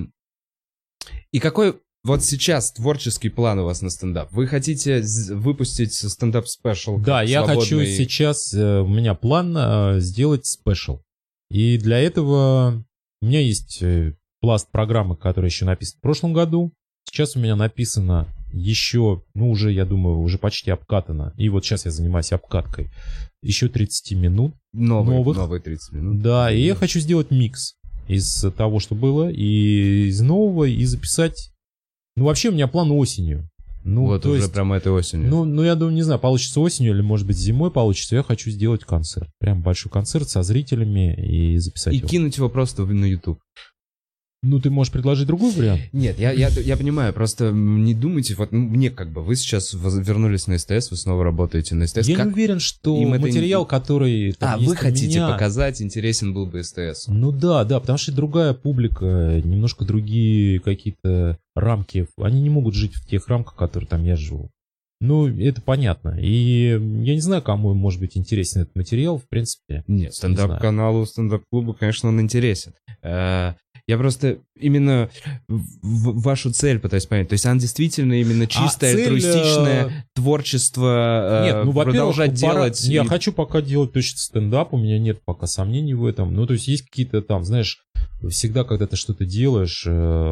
и какой вот сейчас творческий план у вас на стендап? Вы хотите выпустить стендап-спешл? Да, я свободный... хочу сейчас, у меня план сделать спешл. И для этого у меня есть пласт программы, которая еще написана в прошлом году. Сейчас у меня написано еще, ну уже, я думаю, уже почти обкатано. И вот сейчас я занимаюсь обкаткой. Еще тридцать минут Новый, новых. Новые тридцать минут. Да, и я хочу сделать микс из того, что было, и из нового, и записать. Ну, вообще, у меня план осенью. Ну, вот то уже есть, прям этой осенью. Ну, ну, я думаю, не знаю, получится осенью или, может быть, зимой получится. Я хочу сделать концерт. Прям большой концерт со зрителями и записать и его. И кинуть его просто на YouTube. Ну, ты можешь предложить другой вариант? Нет, я, я, я понимаю, просто не думайте, вот мне как бы, вы сейчас вернулись на СТС, вы снова работаете на СТС. Я как не уверен, что материал, не... который... Там, а, вы хотите меня... показать, интересен был бы СТС. Ну да, да, потому что другая публика, немножко другие какие-то рамки, они не могут жить в тех рамках, в которых там я живу. Ну, это понятно. И я не знаю, кому может быть интересен этот материал, в принципе. Нет, стендап-каналу, стендап-клубу, конечно, он интересен. Я просто именно в вашу цель пытаюсь понять. То есть она действительно именно чистое, а цель... альтруистичное творчество. Нет, ну, продолжать пора... делать. Я и... хочу пока делать точно стендап, у меня нет пока сомнений в этом. Ну, то есть есть какие-то там, знаешь, всегда, когда ты что-то делаешь,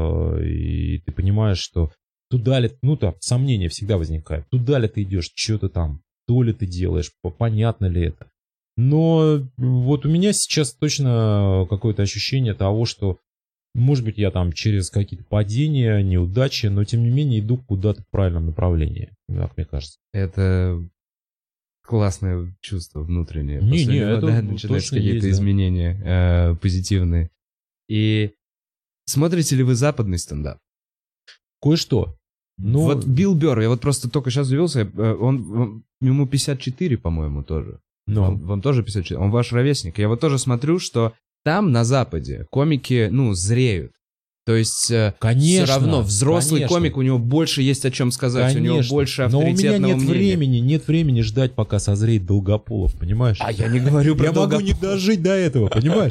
и ты понимаешь, что туда ли, ну там, сомнения всегда возникают. Туда ли ты идешь, что-то там, то ли ты делаешь, понятно ли это. Но вот у меня сейчас точно какое-то ощущение того, что, может быть, я там через какие-то падения, неудачи, но тем не менее иду куда-то в правильном направлении, как мне кажется. Это классное чувство внутреннее. Не, После не, него, это да, начинаются какие-то есть, изменения да. э, позитивные. И смотрите ли вы западный стендап? Кое-что. Но... Вот Билл Бёрр, я вот просто только сейчас удивился, он, он, ему пятьдесят четыре, по-моему, тоже. Но... Он, вам тоже пятьдесят четыре, он ваш ровесник. Я вот тоже смотрю, что там, на Западе, комики, ну, зреют. То есть, конечно, все равно взрослый конечно. комик, у него больше есть о чем сказать, конечно. у него больше авторитетного мнения. Но у меня нет мнения. времени, нет времени ждать, пока созреет Долгополов, понимаешь? А я не говорю про Я Долгополова. могу не дожить до этого, понимаешь?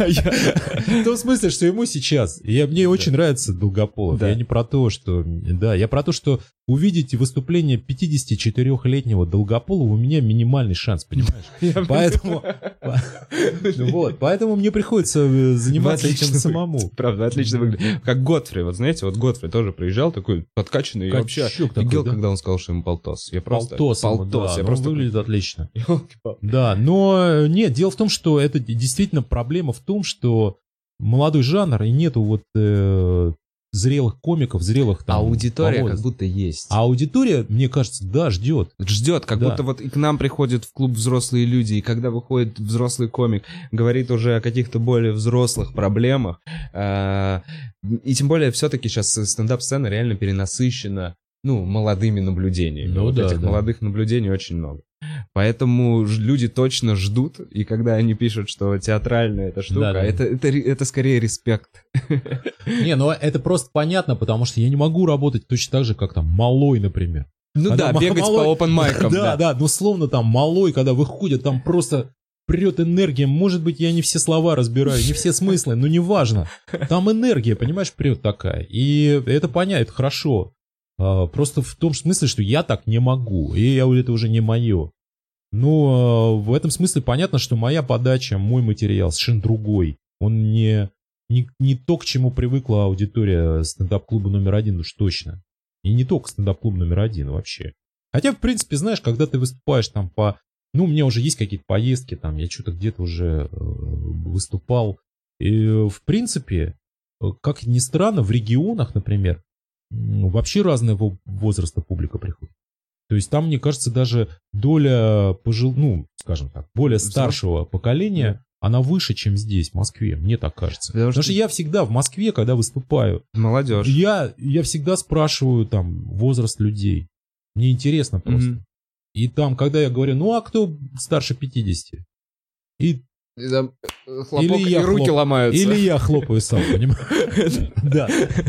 В том смысле, что ему сейчас. Мне очень нравится Долгополов. Я не про то, что... Да, я про то, что увидеть выступление пятидесятичетырёхлетнего Долгополова у меня минимальный шанс, понимаешь? Поэтому... Вот, поэтому мне приходится заниматься этим самому. Правда, отлично выглядит. Как Готфри, вот знаете, вот Готфри тоже приезжал такой подкачанный. Я вообще офигел, да? когда он сказал, что ему полтос. Я просто... Полтос, полтос. Да, я просто... выглядит отлично. Да, но нет, дело в том, что это действительно проблема в том, что молодой жанр, и нету вот э, зрелых комиков, зрелых там... Аудитория поводов. как будто есть. А аудитория, мне кажется, да, ждет. Ждет, как да. будто вот и к нам приходят в клуб взрослые люди, и когда выходит взрослый комик, говорит уже о каких-то более взрослых проблемах, э, и тем более все-таки сейчас стендап-сцена реально перенасыщена, ну, молодыми наблюдениями. Ну, вот да, этих да. молодых наблюдений очень много. Поэтому люди точно ждут, и когда они пишут, что театральная эта штука, да, да. Это, это, это скорее респект. Не, ну это просто понятно, потому что я не могу работать точно так же, как там Малой, например. Ну когда да, бегать малой... по опен-майкам. Да, да, да, ну словно там Малой, когда выходит, там просто прет энергия. Может быть, я не все слова разбираю, не все смыслы, но неважно. Там энергия, понимаешь, прет такая. И это понятно, это хорошо. Просто в том смысле, что я так не могу, и я, это уже не мое. Но в этом смысле понятно, что моя подача, мой материал совершенно другой. Он не, не, не то, к чему привыкла аудитория стендап-клуба номер один, уж точно. И не только стендап-клуб номер один вообще. Хотя, в принципе, знаешь, когда ты выступаешь там по... Ну, у меня уже есть какие-то поездки, там, я что-то где-то уже э, выступал. И, в принципе, как ни странно, в регионах, например, вообще разного возраста публика приходит. То есть там, мне кажется, даже доля пожил, ну, скажем так, более старшего поколения, она выше, чем здесь, в Москве, мне так кажется. Потому, Потому что... что я всегда в Москве, когда выступаю, молодежь. Я, я всегда спрашиваю там возраст людей. Мне интересно просто. Mm-hmm. И там, когда я говорю, ну а кто старше пятидесяти? И И там хлопок, и руки хлоп... ломаются. Или я хлопаю сам, понимаешь? Да.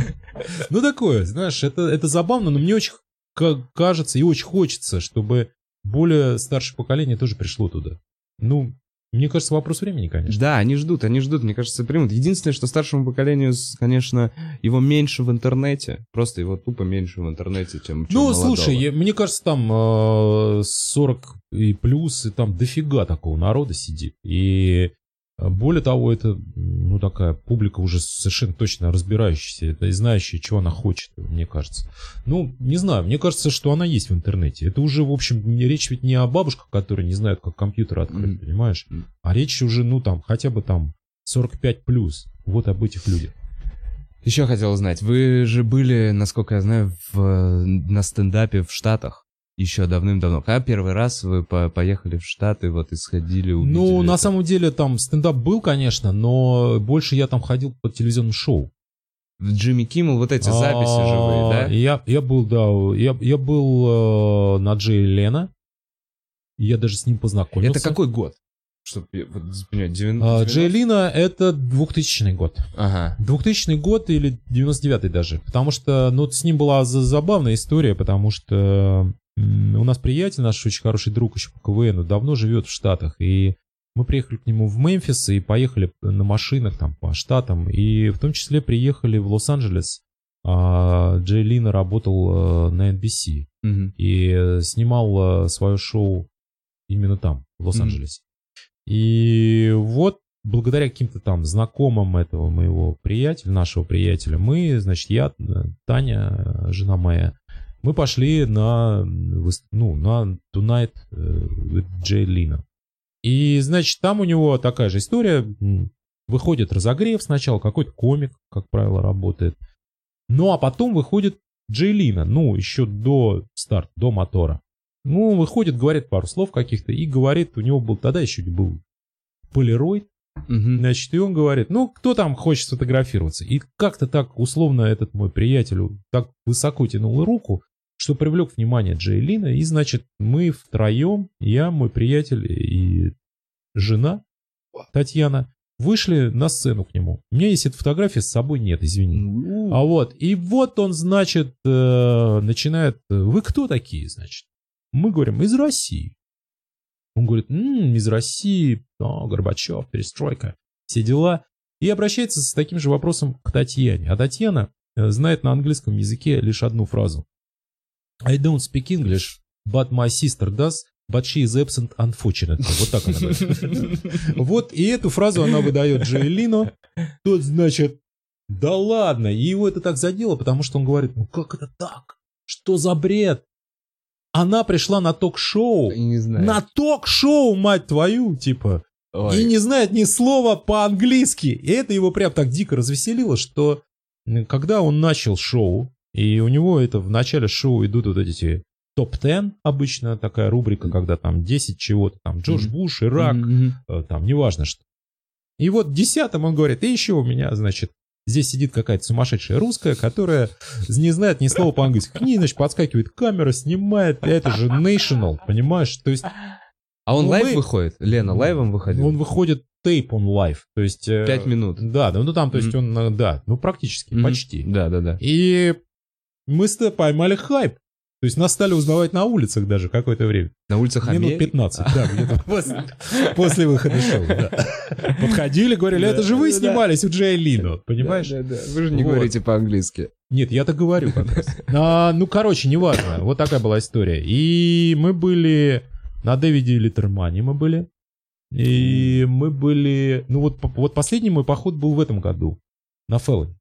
Ну такое, знаешь, это, это забавно, но мне очень кажется и очень хочется, чтобы более старшее поколение тоже пришло туда. Ну, мне кажется, вопрос времени, конечно. Да, они ждут, они ждут, мне кажется, примут. Единственное, что старшему поколению, конечно, его меньше в интернете. Просто его тупо меньше в интернете, чем, чем Ну, молодого. Слушай, я, мне кажется, там сорок и плюс, и там дофига такого народа сидит. И более того, это, ну, такая публика уже совершенно точно разбирающаяся, это и знающая, чего она хочет, мне кажется. Ну, не знаю, мне кажется, что она есть в интернете. Это уже, в общем, речь ведь не о бабушках, которые не знают, как компьютер открыть, mm-hmm. понимаешь? А речь уже, ну, там, хотя бы там сорок пять плюс. Вот об этих людях. Еще хотел узнать, вы же были, насколько я знаю, в, на стендапе в Штатах. Еще давным-давно. Когда первый раз вы по- поехали в Штаты, вот и сходили, увидели? Ну, на это? самом деле там стендап был, конечно, но больше я там ходил по телевизионному шоу. В Джимми Киммел вот эти записи живые, да? Я, я был, да, я, я был э, на Джей Лено. Я даже с ним познакомился. Это какой год? Чтобы вот, понять, девяносто... Джей Лено это двухтысячный год. Ага. двухтысячный год или девяносто девятый даже. Потому что, ну, с ним была забавная история, потому что у нас приятель, наш очень хороший друг еще по КВНу, давно живет в Штатах. И мы приехали к нему в Мемфис и поехали на машинах там по штатам. И в том числе приехали в Лос-Анджелес. А Джей Лено работал на эн би си. Угу. И снимал свое шоу именно там, в Лос-Анджелесе. Угу. И вот благодаря каким-то там знакомым этого моего приятеля, нашего приятеля, мы, значит, я, Таня, жена моя, мы пошли на, ну, на Tonight with Jay Leno. И, значит, там у него такая же история. Выходит разогрев сначала, какой-то комик, как правило, работает. Ну, а потом выходит Джей Лено, ну, еще до старта, до мотора. Ну, выходит, говорит пару слов каких-то, и говорит, у него был, тогда еще был полироид, угу. Значит, и он говорит, ну, кто там хочет сфотографироваться? И как-то так, условно, этот мой приятель так высоко тянул руку, что привлек внимание Джей Лено, и, значит, мы втроем, я, мой приятель и жена Татьяна, вышли на сцену к нему. У меня есть эта фотография, с собой нет, извини. У-у-у. А вот, и вот он, значит, э, начинает, вы кто такие, значит? Мы говорим, из России. Он говорит, м-м, из России, о, Горбачев, перестройка, все дела. И обращается с таким же вопросом к Татьяне. А Татьяна знает на английском языке лишь одну фразу. I don't speak English, but my sister does, but she is absent unfortunately. Вот так она говорит. Вот, и эту фразу она выдает Джей Лено. Тот, значит, да ладно. И его это так задело, потому что он говорит, ну как это так? Что за бред? Она пришла на ток-шоу. На ток-шоу, мать твою, типа. Ой. И не знает ни слова по-английски. И это его прям так дико развеселило, что когда он начал шоу, и у него это в начале шоу идут вот эти топ десять, обычно такая рубрика, когда там десять чего-то, там Джордж mm-hmm. Буш, Ирак, mm-hmm. там неважно что. И вот десятым он говорит, и еще у меня, значит, здесь сидит какая-то сумасшедшая русская, которая не знает ни слова по-английски. К ней, значит, подскакивает камера, снимает, это же National, понимаешь? То есть... А он ну, лайв мы... выходит? Лена лайвом выходит? Он выходит тейп он лайв, то есть... Пять минут. Да, ну там, то есть mm-hmm. он, да, ну практически, mm-hmm. почти. Да, да, да. И мы с тобой поймали хайп. То есть нас стали узнавать на улицах даже какое-то время. На улицах Америки? Минут пятнадцать, да, где-то после, после выхода шоу, да. Подходили, говорили, это же вы снимались у Джея Лино, понимаешь? Да, да, да. Вы же не Вот. говорите по-английски. Нет, я так говорю как раз. А, ну, короче, неважно. Вот такая была история. И мы были на Дэвиде Литтермане, мы были. И мы были... Ну, вот, вот последний мой поход был в этом году. На Феллоне.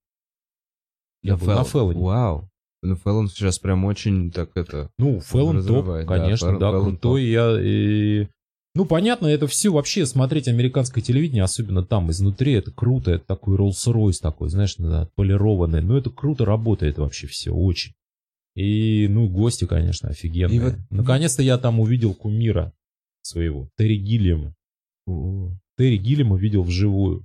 Я был на Феллоне. Вау. Ну, Феллон сейчас прям очень так это... Ну, Феллон топ, разрывает, конечно, да, да, Феллон крутой. Я, и... Ну, понятно, это все вообще смотреть американское телевидение, особенно там, изнутри, это круто. Это такой Роллс-Ройс такой, знаешь, отполированный. Но это круто работает вообще все, очень. И, ну, гости, конечно, офигенные. И вот- Наконец-то я там увидел кумира своего, Терри Гиллиама. О. Терри Гиллиама видел вживую.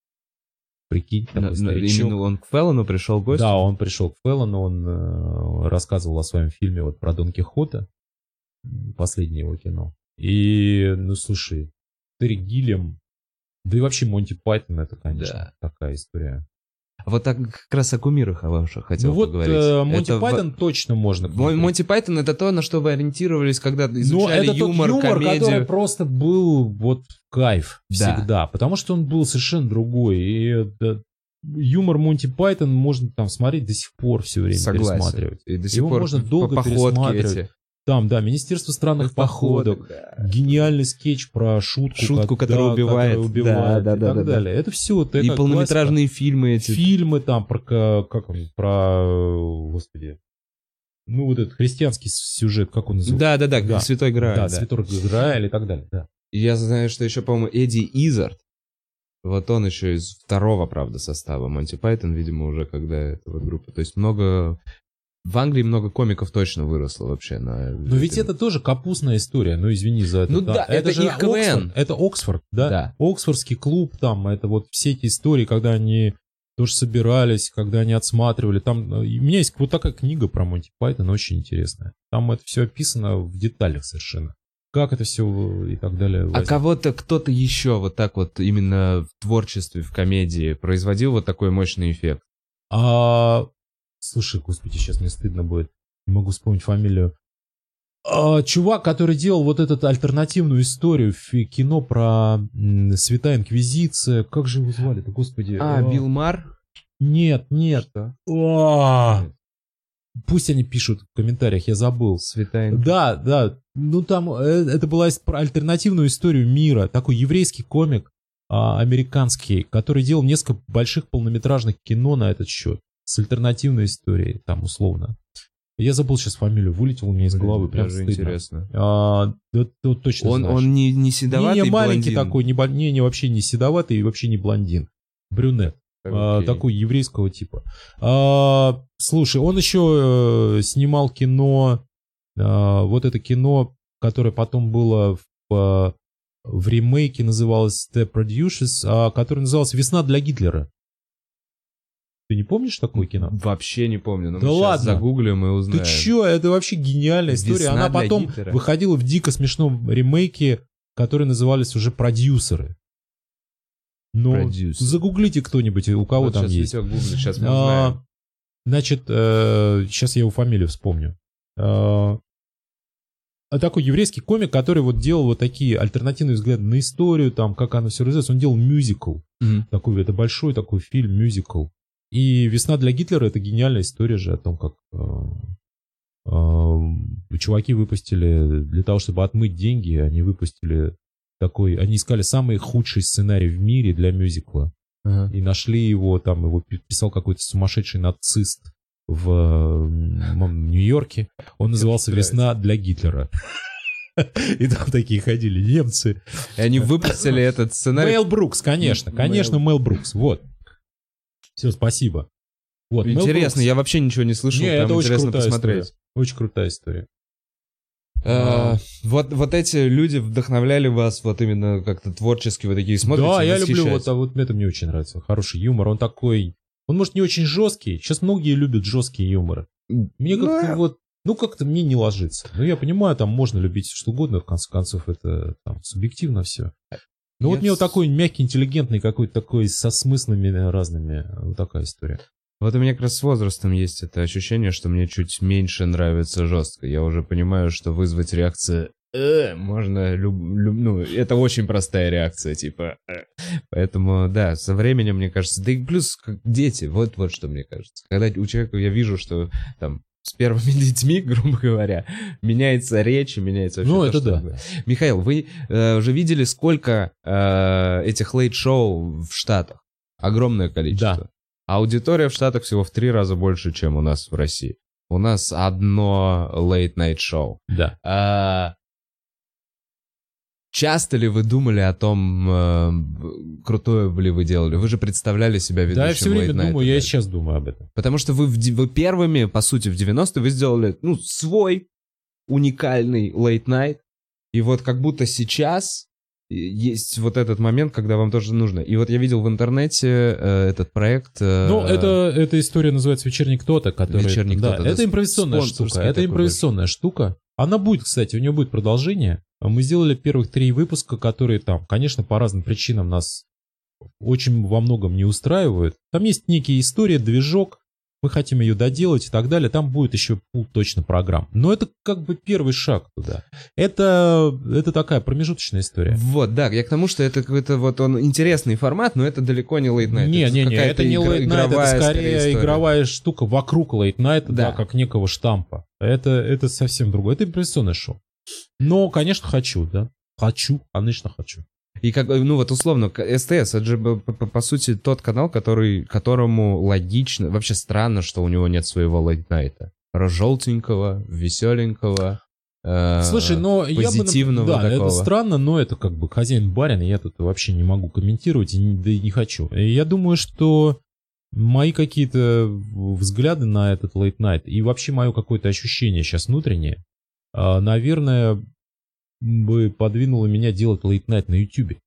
Прикинь, На- такой на- старичок. Именно он к Феллону пришел в гости? Да, он пришел к Феллону, он э, рассказывал о своем фильме вот про Дон Кихота, м, последнее его кино. И, ну, слушай, Терри Гиллиам, да и вообще Монти Пайтон, это, конечно, такая история. Вот так как раз о кумирах о ваших хотел Ну вот поговорить. э, Монти Это Пайтон в- точно можно. Мон- Монти Пайтон — это то, на что вы ориентировались, когда Но изучали это юмор, тот юмор, комедию. который просто был вот в кайф Да. всегда, потому что он был совершенно другой. И это- юмор Монти Пайтон можно там смотреть до сих пор все время, Согласен. пересматривать. И до сих Его пор можно по- долго походки пересматривать. эти. Там, да, Министерство странных походок, да. гениальный скетч про шутку, Шутку, как- которая да, убивает. которая убивает Да, да, и да, так да, да. далее. Это все. Это И полнометражные фильмы классика. эти. Фильмы там про, ка- как он, про, господи, ну вот этот христианский сюжет, как он называется? Да, да, да, Да. Святой Грааль. Да, да. Святой Грааль и так далее, да. И я знаю, что еще, по-моему, Эдди Иззард. Вот он еще из второго, правда, состава. Монти Пайтон, видимо, уже когда этого группы. То есть много... В Англии много комиков точно выросло вообще на... Но ведь это тоже капустная история, ну извини за это. Ну да, это же их КВН. Оксфорд, это Оксфорд, да? Да. Оксфордский клуб там, это вот все эти истории, когда они тоже собирались, когда они отсматривали. Там, э, у меня есть вот такая книга про Монти Пайтон, очень интересная. Там это все описано в деталях совершенно. Как это все и так далее. А возникло. кого-то, кто-то еще вот так вот именно в творчестве, в комедии производил вот такой мощный эффект? А, слушай, господи, сейчас мне стыдно будет. Не могу вспомнить фамилию. А, чувак, который делал вот эту альтернативную историю в фи- кино про м, Святая Инквизиция. Как же его звали-то, господи? А, Билл Марр? Нет, нет. Что? А, пусть они пишут в комментариях, я забыл. Святая... Да, да. Ну там э, это была ис- про альтернативную историю мира. Такой еврейский комик а, американский, который делал несколько больших полнометражных кино на этот счет. С альтернативной историей, там условно. Я забыл сейчас фамилию, вылетел у меня из Блин, головы, прям даже стыдно. интересно. А, да, ты вот точно Он, знаешь. он не, не седоватый не, не маленький блондин? такой, не, бо- не, не вообще не седоватый и вообще не блондин. Брюнет. А, Окей. такой еврейского типа. А, слушай, он еще э, снимал кино, а, вот это кино, которое потом было в, а, в ремейке, называлось The Producers, а, которое называлось «Весна для Гитлера». Ты не помнишь такое кино? Вообще не помню, но Да мы сейчас ладно. загуглим и узнаем. Ты чё, это вообще гениальная история. «Весна Она для потом Гитлера». выходила в дико смешном ремейке, которые назывались уже «Продюсеры». Но «Продюсеры». загуглите кто-нибудь, у кого Вот там сейчас есть. Витек гуглит, сейчас мы А, узнаем. Значит, э, сейчас я его фамилию вспомню. А, а такой еврейский комик, который вот делал вот такие альтернативные взгляды на историю, там, как оно все развивается. Он делал мюзикл. Мгм. Такой, это большой такой фильм, мюзикл. И «Весна для Гитлера» — это гениальная история же о том, как э, э, чуваки выпустили, для того, чтобы отмыть деньги, они выпустили такой, они искали самый худший сценарий в мире для мюзикла. Ага. И нашли его, там его писал какой-то сумасшедший нацист в м, Нью-Йорке. Он назывался «Весна для Гитлера». И там такие ходили немцы. И они выпустили этот сценарий. Мэл Брукс, конечно, М, конечно, Мэл- Мэл Брукс, вот. Все, спасибо. Вот, Мэл Интересно, Брукс. я вообще ничего не слышал, Не, прям это очень интересно крутая посмотреть. история. Очень крутая история. А, вот, вот эти люди вдохновляли вас вот именно как-то творчески, вы такие смотрите, Да, я люблю, вот, восхищаетесь. а вот это мне очень нравится. Хороший юмор, он такой, он может не очень жесткий. Сейчас многие любят жесткий юмор. Мне Ну, как-то вот, ну как-то мне не ложится. Ну я понимаю, там можно любить что угодно, в конце концов это там субъективно все. Но вот Я мне вот с- такой мягкий, интеллигентный какой-то такой со смыслами разными, вот такая история. Вот у меня как раз с возрастом есть это ощущение, что мне чуть меньше нравится жестко. Я уже понимаю, что вызвать реакцию э, можно... Люб, люб, ну, это очень простая реакция, типа... Э. Поэтому, да, со временем, мне кажется... Да и плюс, как дети, вот, вот что мне кажется. Когда у человека я вижу, что там... с первыми детьми, грубо говоря, меняется речь, меняется вообще Ну, то, это что... да. Михаил, вы э, уже видели, сколько э, этих лейт-шоу в Штатах? Огромное количество. Да. Аудитория в Штатах всего в три раза больше, чем у нас в России. У нас одно late-night шоу. Да. А, часто ли вы думали о том, э, крутое ли вы делали? Вы же представляли себя ведущим Да, я все время late-night, думаю, я и да? сейчас думаю об этом. Потому что вы, в, ди- вы первыми, по сути, в девяностые вы сделали, ну, свой уникальный late-night. И вот как будто сейчас есть вот этот момент, когда вам тоже нужно. И вот я видел в интернете э, этот проект. Э, Ну, это, эта история называется «Вечерний кто-то», который... «Вечерний да, кто-то», да, это импровизационная спонсорский штука. Это такой импровизационная штука. Она будет, кстати, у нее будет продолжение. Мы сделали первых три выпуска, которые там, конечно, по разным причинам нас очень во многом не устраивают. Там есть некие истории, движок. Мы хотим ее доделать и так далее. Там будет еще пул точно программ. Но это как бы первый шаг туда. Это, это такая промежуточная история. Вот, да, я к тому, что это какой-то вот он интересный формат, но это далеко не late night. Не, это не, не, какая-то это не игра- late night, это игровая скорее история. игровая штука вокруг late night, да. Да. как некого штампа. Это, это совсем другое. Это импровизационное шоу. Но, конечно, хочу, да. Хочу, конечно, хочу. И как, ну вот условно, к- СТС, это же по, по- по сути тот канал, который, которому логично, вообще странно, что у него нет своего лейт-найта. Желтенького, веселенького, э, Слушай, но я бы... позитивного Да, такого. это странно, но это как бы хозяин-барин, и я тут вообще не могу комментировать, и не, да и не хочу. И я думаю, что мои какие-то взгляды на этот late night и вообще мое какое-то ощущение сейчас внутреннее, а, наверное, бы подвинуло меня делать late night на YouTube.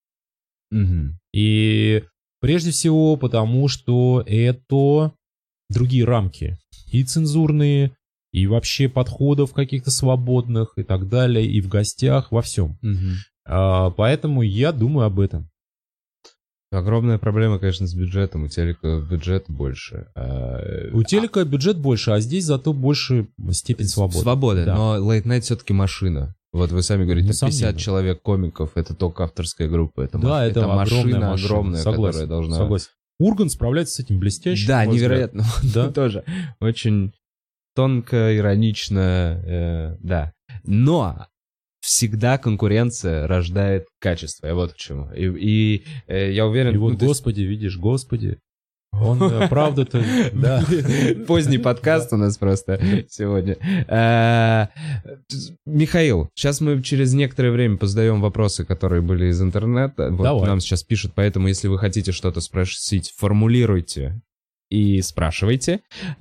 Мгм. И прежде всего потому, что это другие рамки. И цензурные, и вообще подходов каких-то свободных, и так далее, и в гостях, во всем. Мгм. А, поэтому я думаю об этом. Огромная проблема, конечно, с бюджетом. У телека бюджет больше. а, У телека бюджет больше, а здесь зато больше степень свободы. Свобода, Да. но Late Night все-таки машина. Вот вы сами говорите, Несомненно. пятьдесят человек комиков, это только авторская группа. Это, Да, маш- это, это огромная машина машина. огромная, Согласен, которая должна... согласен. Ургант справляется с этим блестяще. Да, на мой невероятно. Да. Тоже очень тонко, иронично, э, да. Но всегда конкуренция рождает качество. Я вот к чему. И, и, э, я уверен... И вот, ну, то есть- господи, видишь, господи, он э, правда-то... Да. Поздний подкаст у нас просто сегодня. Э, Михаил, сейчас мы через некоторое время позадаем вопросы, которые были из интернета. Вот Давай. нам сейчас пишут, поэтому если вы хотите что-то спросить, формулируйте и спрашивайте.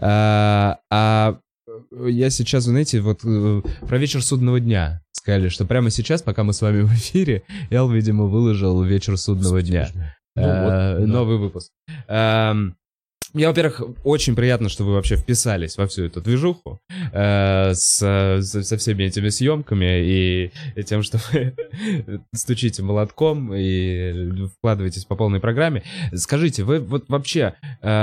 А, а я сейчас, знаете, вот э, про вечер судного дня сказали, что прямо сейчас, пока мы с вами в эфире, Эл, видимо, выложил вечер судного дня. Ну вот, Э, да. Новый выпуск. Эм, Мне, во-первых, очень приятно, что вы вообще вписались во всю эту движуху э, с, со, со всеми этими съемками и, и тем, что вы стучите молотком и вкладываетесь по полной программе. Скажите, вы вот вообще...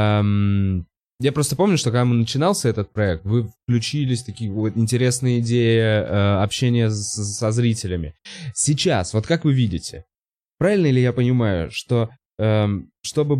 эм, я просто помню, что когда начинался этот проект, вы включились, такие вот интересные идеи э, общения с- со зрителями. Сейчас, вот как вы видите, правильно ли я понимаю, что эм, чтобы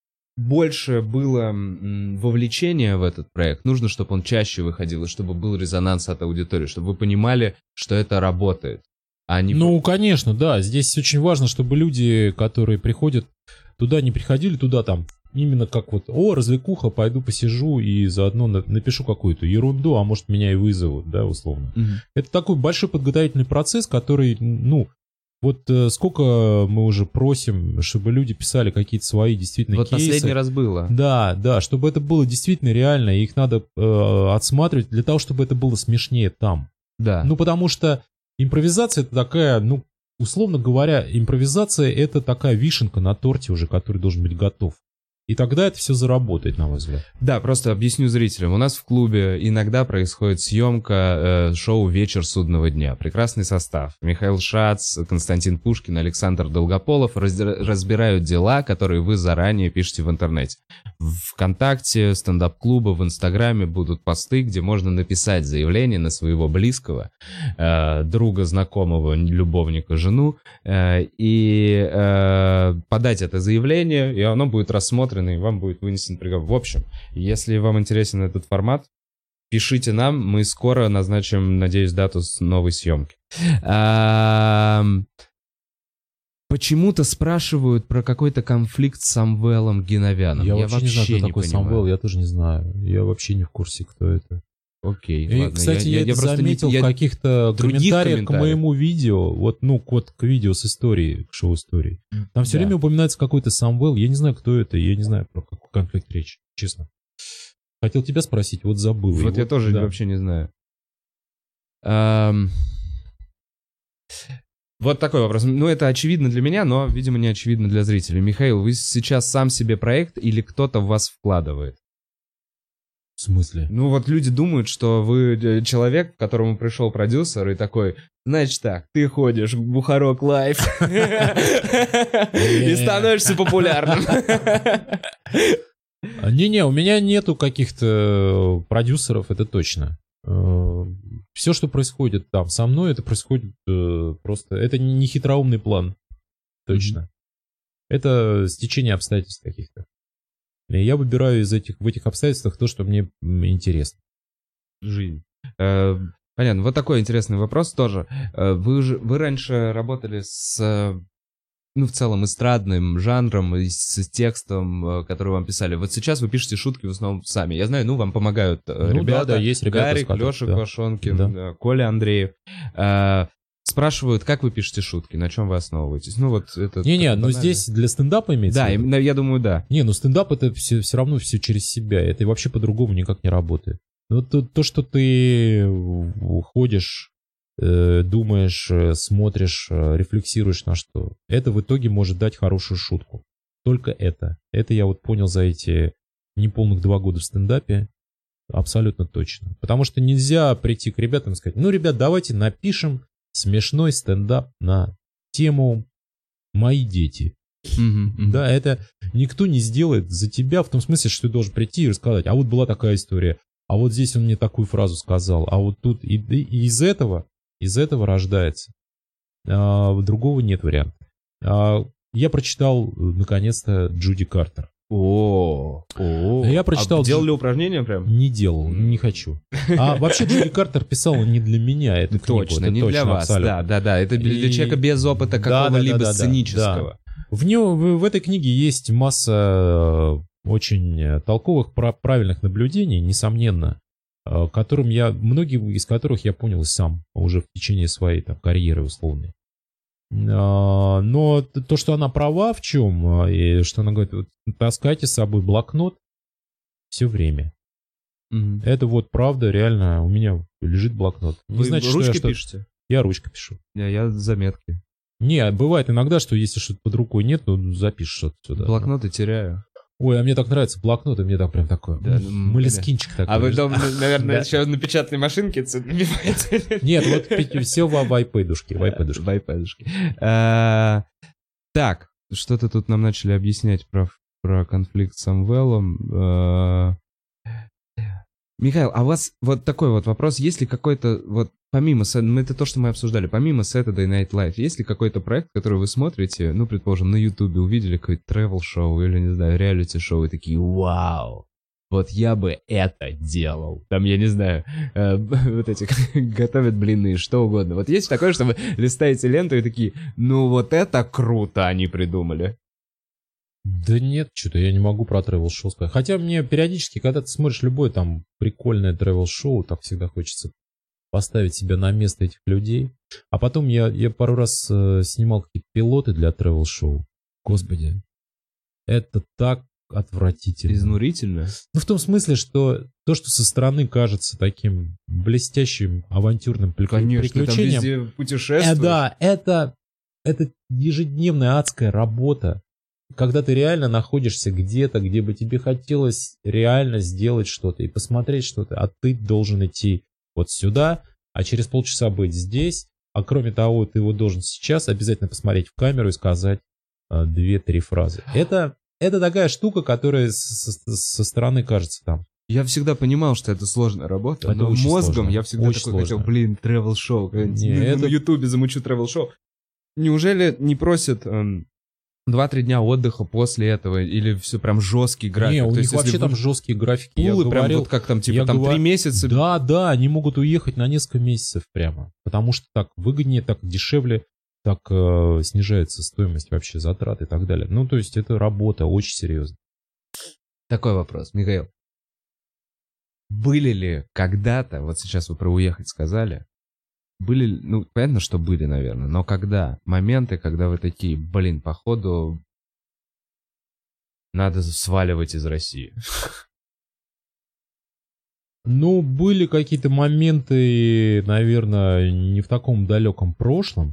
больше было м, вовлечения в этот проект, нужно, чтобы он чаще выходил, и чтобы был резонанс от аудитории, чтобы вы понимали, что это работает, а не... Ну, конечно, да. Здесь очень важно, чтобы люди, которые приходят туда, не приходили туда там именно как вот, о, развлекуха, пойду посижу и заодно на- напишу какую-то ерунду, а может меня и вызовут, да, условно. Мгм. Это такой большой подготовительный процесс, который, ну, вот э, сколько мы уже просим, чтобы люди писали какие-то свои действительно Вот кейсы. последний раз было. Да, да, чтобы это было действительно реально, и их надо э, отсматривать для того, чтобы это было смешнее там. Да. Ну, потому что импровизация это такая, ну, условно говоря, импровизация это такая вишенка на торте уже, который должен быть готов. И тогда это все заработает, на мой взгляд. Да, просто объясню зрителям. У нас в клубе иногда происходит съемка э, шоу «Вечер судного дня». Прекрасный состав. Михаил Шац, Константин Пушкин, Александр Долгополов раз, разбирают дела, которые вы заранее пишете в интернете. В ВКонтакте, стендап-клуба, в Инстаграме будут посты, где можно написать заявление на своего близкого, э, друга, знакомого, любовника, жену, э, и э, подать это заявление, и оно будет рассмотрено, и вам будет вынесен приговор. В общем, если вам интересен этот формат, пишите нам, мы скоро назначим, надеюсь, дату с новой съемки. А, почему-то спрашивают про какой-то конфликт с Самвелом Геновяном. Я, Я вообще не знаю, кто не такой понимаю. Самвел, я тоже не знаю. Я вообще не в курсе, кто это. Окей, И, ладно. кстати, я, я, я это заметил не, я... в каких-то комментариях, комментариях к моему видео, вот, ну, код к видео с историей, к шоу-истории. Там все Да. время упоминается какой-то Самвел, я не знаю, кто это, я не знаю, про какой конфликт речь, честно. Хотел тебя спросить, вот забыл. Вот И я тоже да. вообще не знаю. Ам... Вот такой вопрос. Ну, это очевидно для меня, но, видимо, не очевидно для зрителей. Михаил, вы сейчас сам себе проект или кто-то в вас вкладывает? В смысле? Ну, вот люди думают, что вы э, человек, к которому пришел продюсер и такой, значит так, ты ходишь в Бухарок Лайф и становишься популярным. Не-не, у меня нету каких-то продюсеров, это точно. Все, что происходит там со мной, это происходит просто... Это не хитроумный план. Точно. Это стечение обстоятельств каких-то. И я выбираю из этих, в этих обстоятельствах то, что мне интересно. Жизнь. Э, понятно. Вот такой интересный вопрос тоже. Э, вы же вы раньше работали с, э, ну, в целом, эстрадным жанром и с текстом, э, который вам писали. Вот сейчас вы пишете шутки в основном сами. Я знаю, ну, вам помогают э, Ну, ребята. да, да, есть ребята, Гарик, с которых- Леша да. Квашонкин, Да. э, Коля Андреев. Э, спрашивают, как вы пишете шутки, на чем вы основываетесь. Ну, вот это... Не-не, такое ну банальное. здесь для стендапа имеется Да, в виду? именно, я думаю, да. Не, ну стендап это все, все равно все через себя. Это вообще по-другому никак не работает. Ну, то, то что ты ходишь, э, думаешь, э, смотришь, э, рефлексируешь на что, это в итоге может дать хорошую шутку. Только это. Это я вот понял за эти неполных два года в стендапе. Абсолютно точно. Потому что нельзя прийти к ребятам и сказать, ну, ребят, давайте напишем смешной стендап на тему «Мои дети». Мгм, мгм. Да, это никто не сделает за тебя, в том смысле, что ты должен прийти и рассказать, а вот была такая история, а вот здесь он мне такую фразу сказал, а вот тут и, и- и из этого, из этого рождается. А, другого нет варианта. А, я прочитал, наконец-то, Джуди Картер. О, о. Я прочитал А делали Джу- упражнения прям? Не делал, не хочу. А вообще Джуди Картер писала не для меня эту книгу. Точно, это не точно, для вас. абсолютно. Да, да, да. Это для И- человека без опыта Да, да, да, какого-либо да, да, сценического. В, нем, в, в этой книге есть масса э, очень э, толковых, пра- правильных наблюдений, несомненно, э, которым я, многие из которых я понял и сам уже в течение своей там, карьеры условной. А, но т- то, что она права в чем, и что она говорит, вот, таскайте с собой блокнот все время. Мгм. Это вот правда, реально, у меня лежит блокнот. Не Вы значит, что я, ручки что- пишете? я ручкой пишу. Я, я заметки. Не, бывает иногда, что если что-то под рукой нет, то запишешь что-то сюда. Блокноты теряю. Ой, а мне так нравится блокнот, и мне так прям такой Да, м, ну, молескинчик такой. А вы дома, наверное, Да. еще на печатной машинке набиваете? Нет, вот все в, в айпэдушке, в айпэдушке. В айпэдушке. А, Так, что-то тут нам начали объяснять про, про конфликт с Самвелом. А, Михаил, а у вас вот такой вот вопрос, есть ли какой-то, вот помимо, Sa- ну, это то, что мы обсуждали, помимо Saturday Night Live, есть ли какой-то проект, который вы смотрите, ну, предположим, на Ютубе увидели какое-то travel-шоу или, не знаю, реалити-шоу, и такие, вау, вот я бы это делал. Там, я не знаю, э, вот эти, готовят блины, что угодно. Вот есть такое, что вы листаете ленту и такие, ну, вот это круто они придумали. Да нет, что-то я не могу про тревел-шоу сказать. Хотя мне периодически, когда ты смотришь любое там прикольное тревел-шоу, так всегда хочется поставить себя на место этих людей. А потом я, я пару раз э, снимал какие-то пилоты для тревел-шоу. Господи, это так отвратительно. Изнурительно. Ну, в том смысле, что то, что со стороны кажется таким блестящим авантюрным прик- Конечно, там приключением, везде э, путешествуешь. да, это, это ежедневная адская работа. когда ты реально находишься где-то, где бы тебе хотелось реально сделать что-то и посмотреть что-то, а ты должен идти вот сюда, а через полчаса быть здесь, а кроме того, ты его должен сейчас обязательно посмотреть в камеру и сказать а, две-три фразы. Это, это такая штука, которая со, со стороны кажется там. Я всегда понимал, что это сложная работа, это но мозгом сложно. я всегда очень такой сложно. хотел, блин, тревел-шоу. Не, на, это... на ютубе замучу тревел-шоу. Неужели не просят эм, два-три дня отдыха после этого? Или все прям жесткий график? Не, у То них есть, вообще если там вы... жесткие графики. Пулы я прям говорил, вот как там, типа, я там говор... три месяца? Да, да, они могут уехать на несколько месяцев прямо. Потому что так выгоднее, так дешевле, так э, снижается стоимость вообще затрат и так далее. Ну, то есть это работа очень серьезная. Такой вопрос, Михаил. Были ли когда-то, вот сейчас вы про уехать сказали, были, ну, понятно, что были, наверное, но когда? Моменты, когда вы такие, блин, походу, надо сваливать из России. Ну, были какие-то моменты, наверное, не в таком далеком прошлом.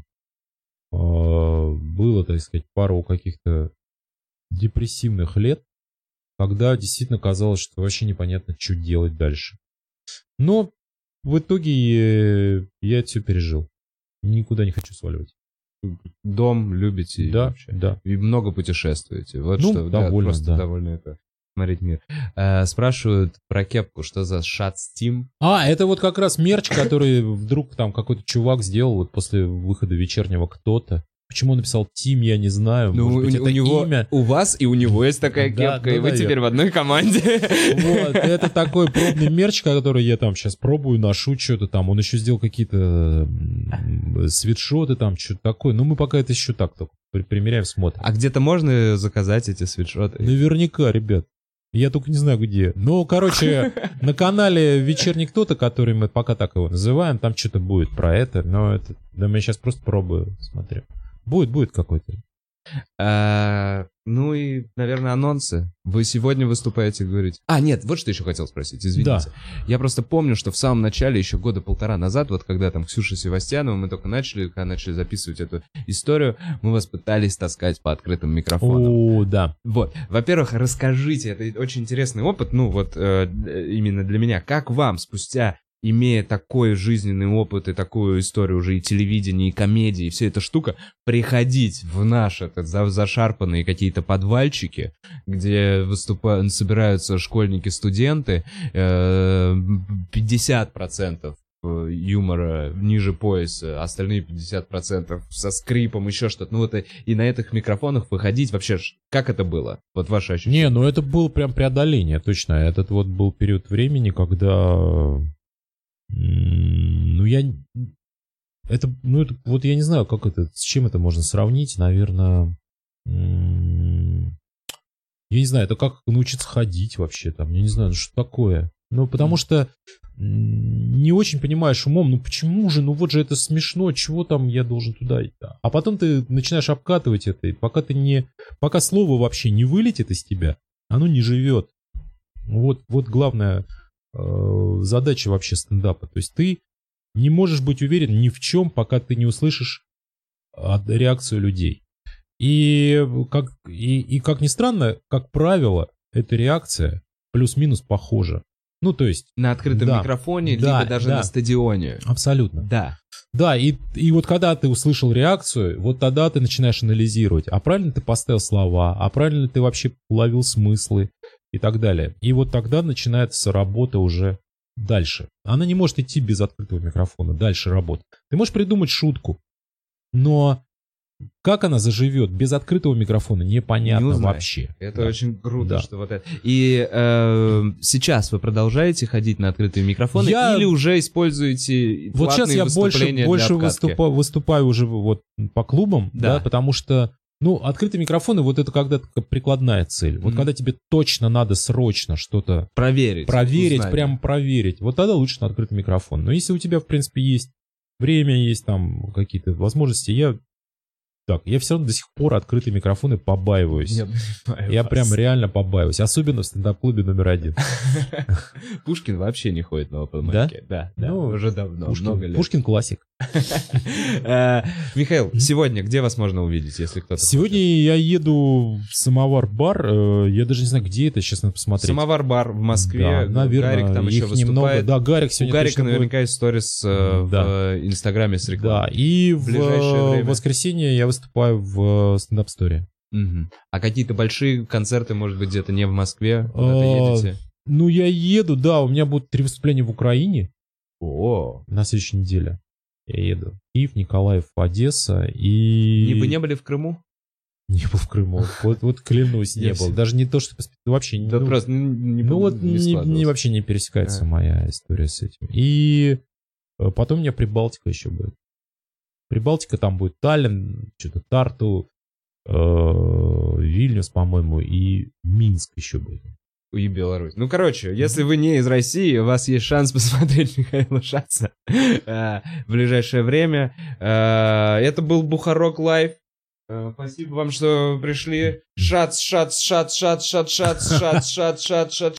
Было, так сказать, пару каких-то депрессивных лет, когда действительно казалось, что вообще непонятно, что делать дальше. Но в итоге я это все пережил. Никуда не хочу сваливать. Дом любите? Да, вообще. да. И много путешествуете. Вот ну, что, довольно, да, просто да. довольно это, смотреть мир. А, спрашивают про кепку, что за Shut Steam? А, это вот как раз мерч, который вдруг там какой-то чувак сделал вот после выхода вечернего кто-то. Почему он написал Тим, я не знаю. Ну, Может у, быть, у это него, имя. у вас и у него есть такая Да, кепка, ну, и вы наверное. теперь в одной команде. Вот, это такой пробный мерч, который я там сейчас пробую, ношу что-то там. Он еще сделал какие-то свитшоты там, что-то такое. Но мы пока это еще так только примеряем, смотрим. А где-то можно заказать эти свитшоты? Наверняка, ребят. Я только не знаю где. Ну, короче, на канале «Вечерний кто-то», который мы пока так его называем, там что-то будет про это. Но это, да, я сейчас просто пробую, смотрю. Будет, будет какой-то. А, ну и, наверное, анонсы. Вы сегодня выступаете, говорите. А, нет, вот что еще хотел спросить, извините. Да. Я просто помню, что в самом начале, еще года полтора назад, вот когда там Ксюша Севастьянова, мы только начали, когда начали записывать эту историю, мы вас пытались таскать по открытым микрофонам. О, да. Вот, во-первых, расскажите, это очень интересный опыт, ну вот э, именно для меня. Как вам спустя, имея такой жизненный опыт и такую историю уже и телевидения, и комедии, и вся эта штука, приходить в наш этот за- зашарпанные какие-то подвальчики, где выступают, собираются школьники-студенты, э, пятьдесят процентов юмора ниже пояса, остальные пятьдесят процентов со скрипом, еще что-то. Ну вот и, и на этих микрофонах выходить вообще, как это было? Вот ваше ощущение. Не, ну это было прям преодоление, точно. Этот вот был период времени, когда... Ну, я... Это, ну, это, вот я не знаю, как это, с чем это можно сравнить, наверное... Я не знаю, это как научиться ходить вообще там, я не знаю, ну что такое. Ну, потому что не очень понимаешь умом, ну почему же, ну вот же это смешно, чего там я должен туда идти. А потом ты начинаешь обкатывать это, и пока ты не... Пока слово вообще не вылетит из тебя, оно не живет. Вот, вот главная э, задача вообще стендапа. То есть ты не можешь быть уверен ни в чем, пока ты не услышишь реакцию людей. И как, и, и как ни странно, как правило, эта реакция плюс-минус похожа. Ну, то есть... На открытом да, микрофоне, да, либо даже да. на стадионе. Абсолютно. Да. Да, и, и вот когда ты услышал реакцию, вот тогда ты начинаешь анализировать, а правильно ты поставил слова, а правильно ты вообще уловил смыслы и так далее. И вот тогда начинается работа уже дальше. Она не может идти без открытого микрофона, дальше работа. Ты можешь придумать шутку, но как она заживет без открытого микрофона, непонятно Не вообще. Это да. очень круто, Да. что вот это. И э, сейчас вы продолжаете ходить на открытые микрофоны Я... или уже используете Вот сейчас я больше, выступления больше для обкатки? выступаю, выступаю уже вот по клубам, Да. да, потому что, ну, открытые микрофоны, вот это когда-то прикладная цель. Вот Мгм. когда тебе точно надо срочно что-то Проверить. проверить, узнать. прямо проверить, вот тогда лучше на открытый микрофон. Но если у тебя, в принципе, есть время, есть там какие-то возможности, я так. Я все равно до сих пор открытые микрофоны побаиваюсь. Нет, я прям реально побаиваюсь. Особенно в стендап-клубе номер один. Пушкин вообще не ходит на опен-майки. Да? Да, ну, уже давно, Пушкин, много лет. Пушкин классик. Михаил, сегодня где вас можно увидеть, если кто-то Сегодня хочет? Я еду в Самовар-бар. Я даже не знаю, где это, сейчас надо посмотреть. Самовар-бар в Москве. Да, наверное, Гарик там еще выступает. Немного. Да, Гарик сегодня У Гарика наверняка будет. есть сторис э, да. в э, Инстаграме с рекламой. Да, и в, в время. воскресенье я выступаю в стендап-сторе. Угу. А какие-то большие концерты, может быть, где-то не в Москве? Куда-то едете? Ну, я еду, да, у меня будут три выступления в Украине. О, на следующей неделе я еду. Киев, Николаев, Одесса и... И вы не были в Крыму? Не был в Крыму. Вот, вот клянусь, не был. Даже не то, что вообще не... Да ну, просто не Ну вот не, не, вообще не пересекается а. моя история с этим. И потом у меня Прибалтика еще будет. Прибалтика, там будет Таллин, что-то Тарту, э, Вильнюс, по-моему, и Минск еще будет. И Беларусь. Ну, короче, если вы не из России, у вас есть шанс посмотреть Михаила Шаца в ближайшее время. Это был Бухарок Лайв. Спасибо вам, что пришли. Шац, шац, шац, шац, шац, шац, шац, шац, шац, шац.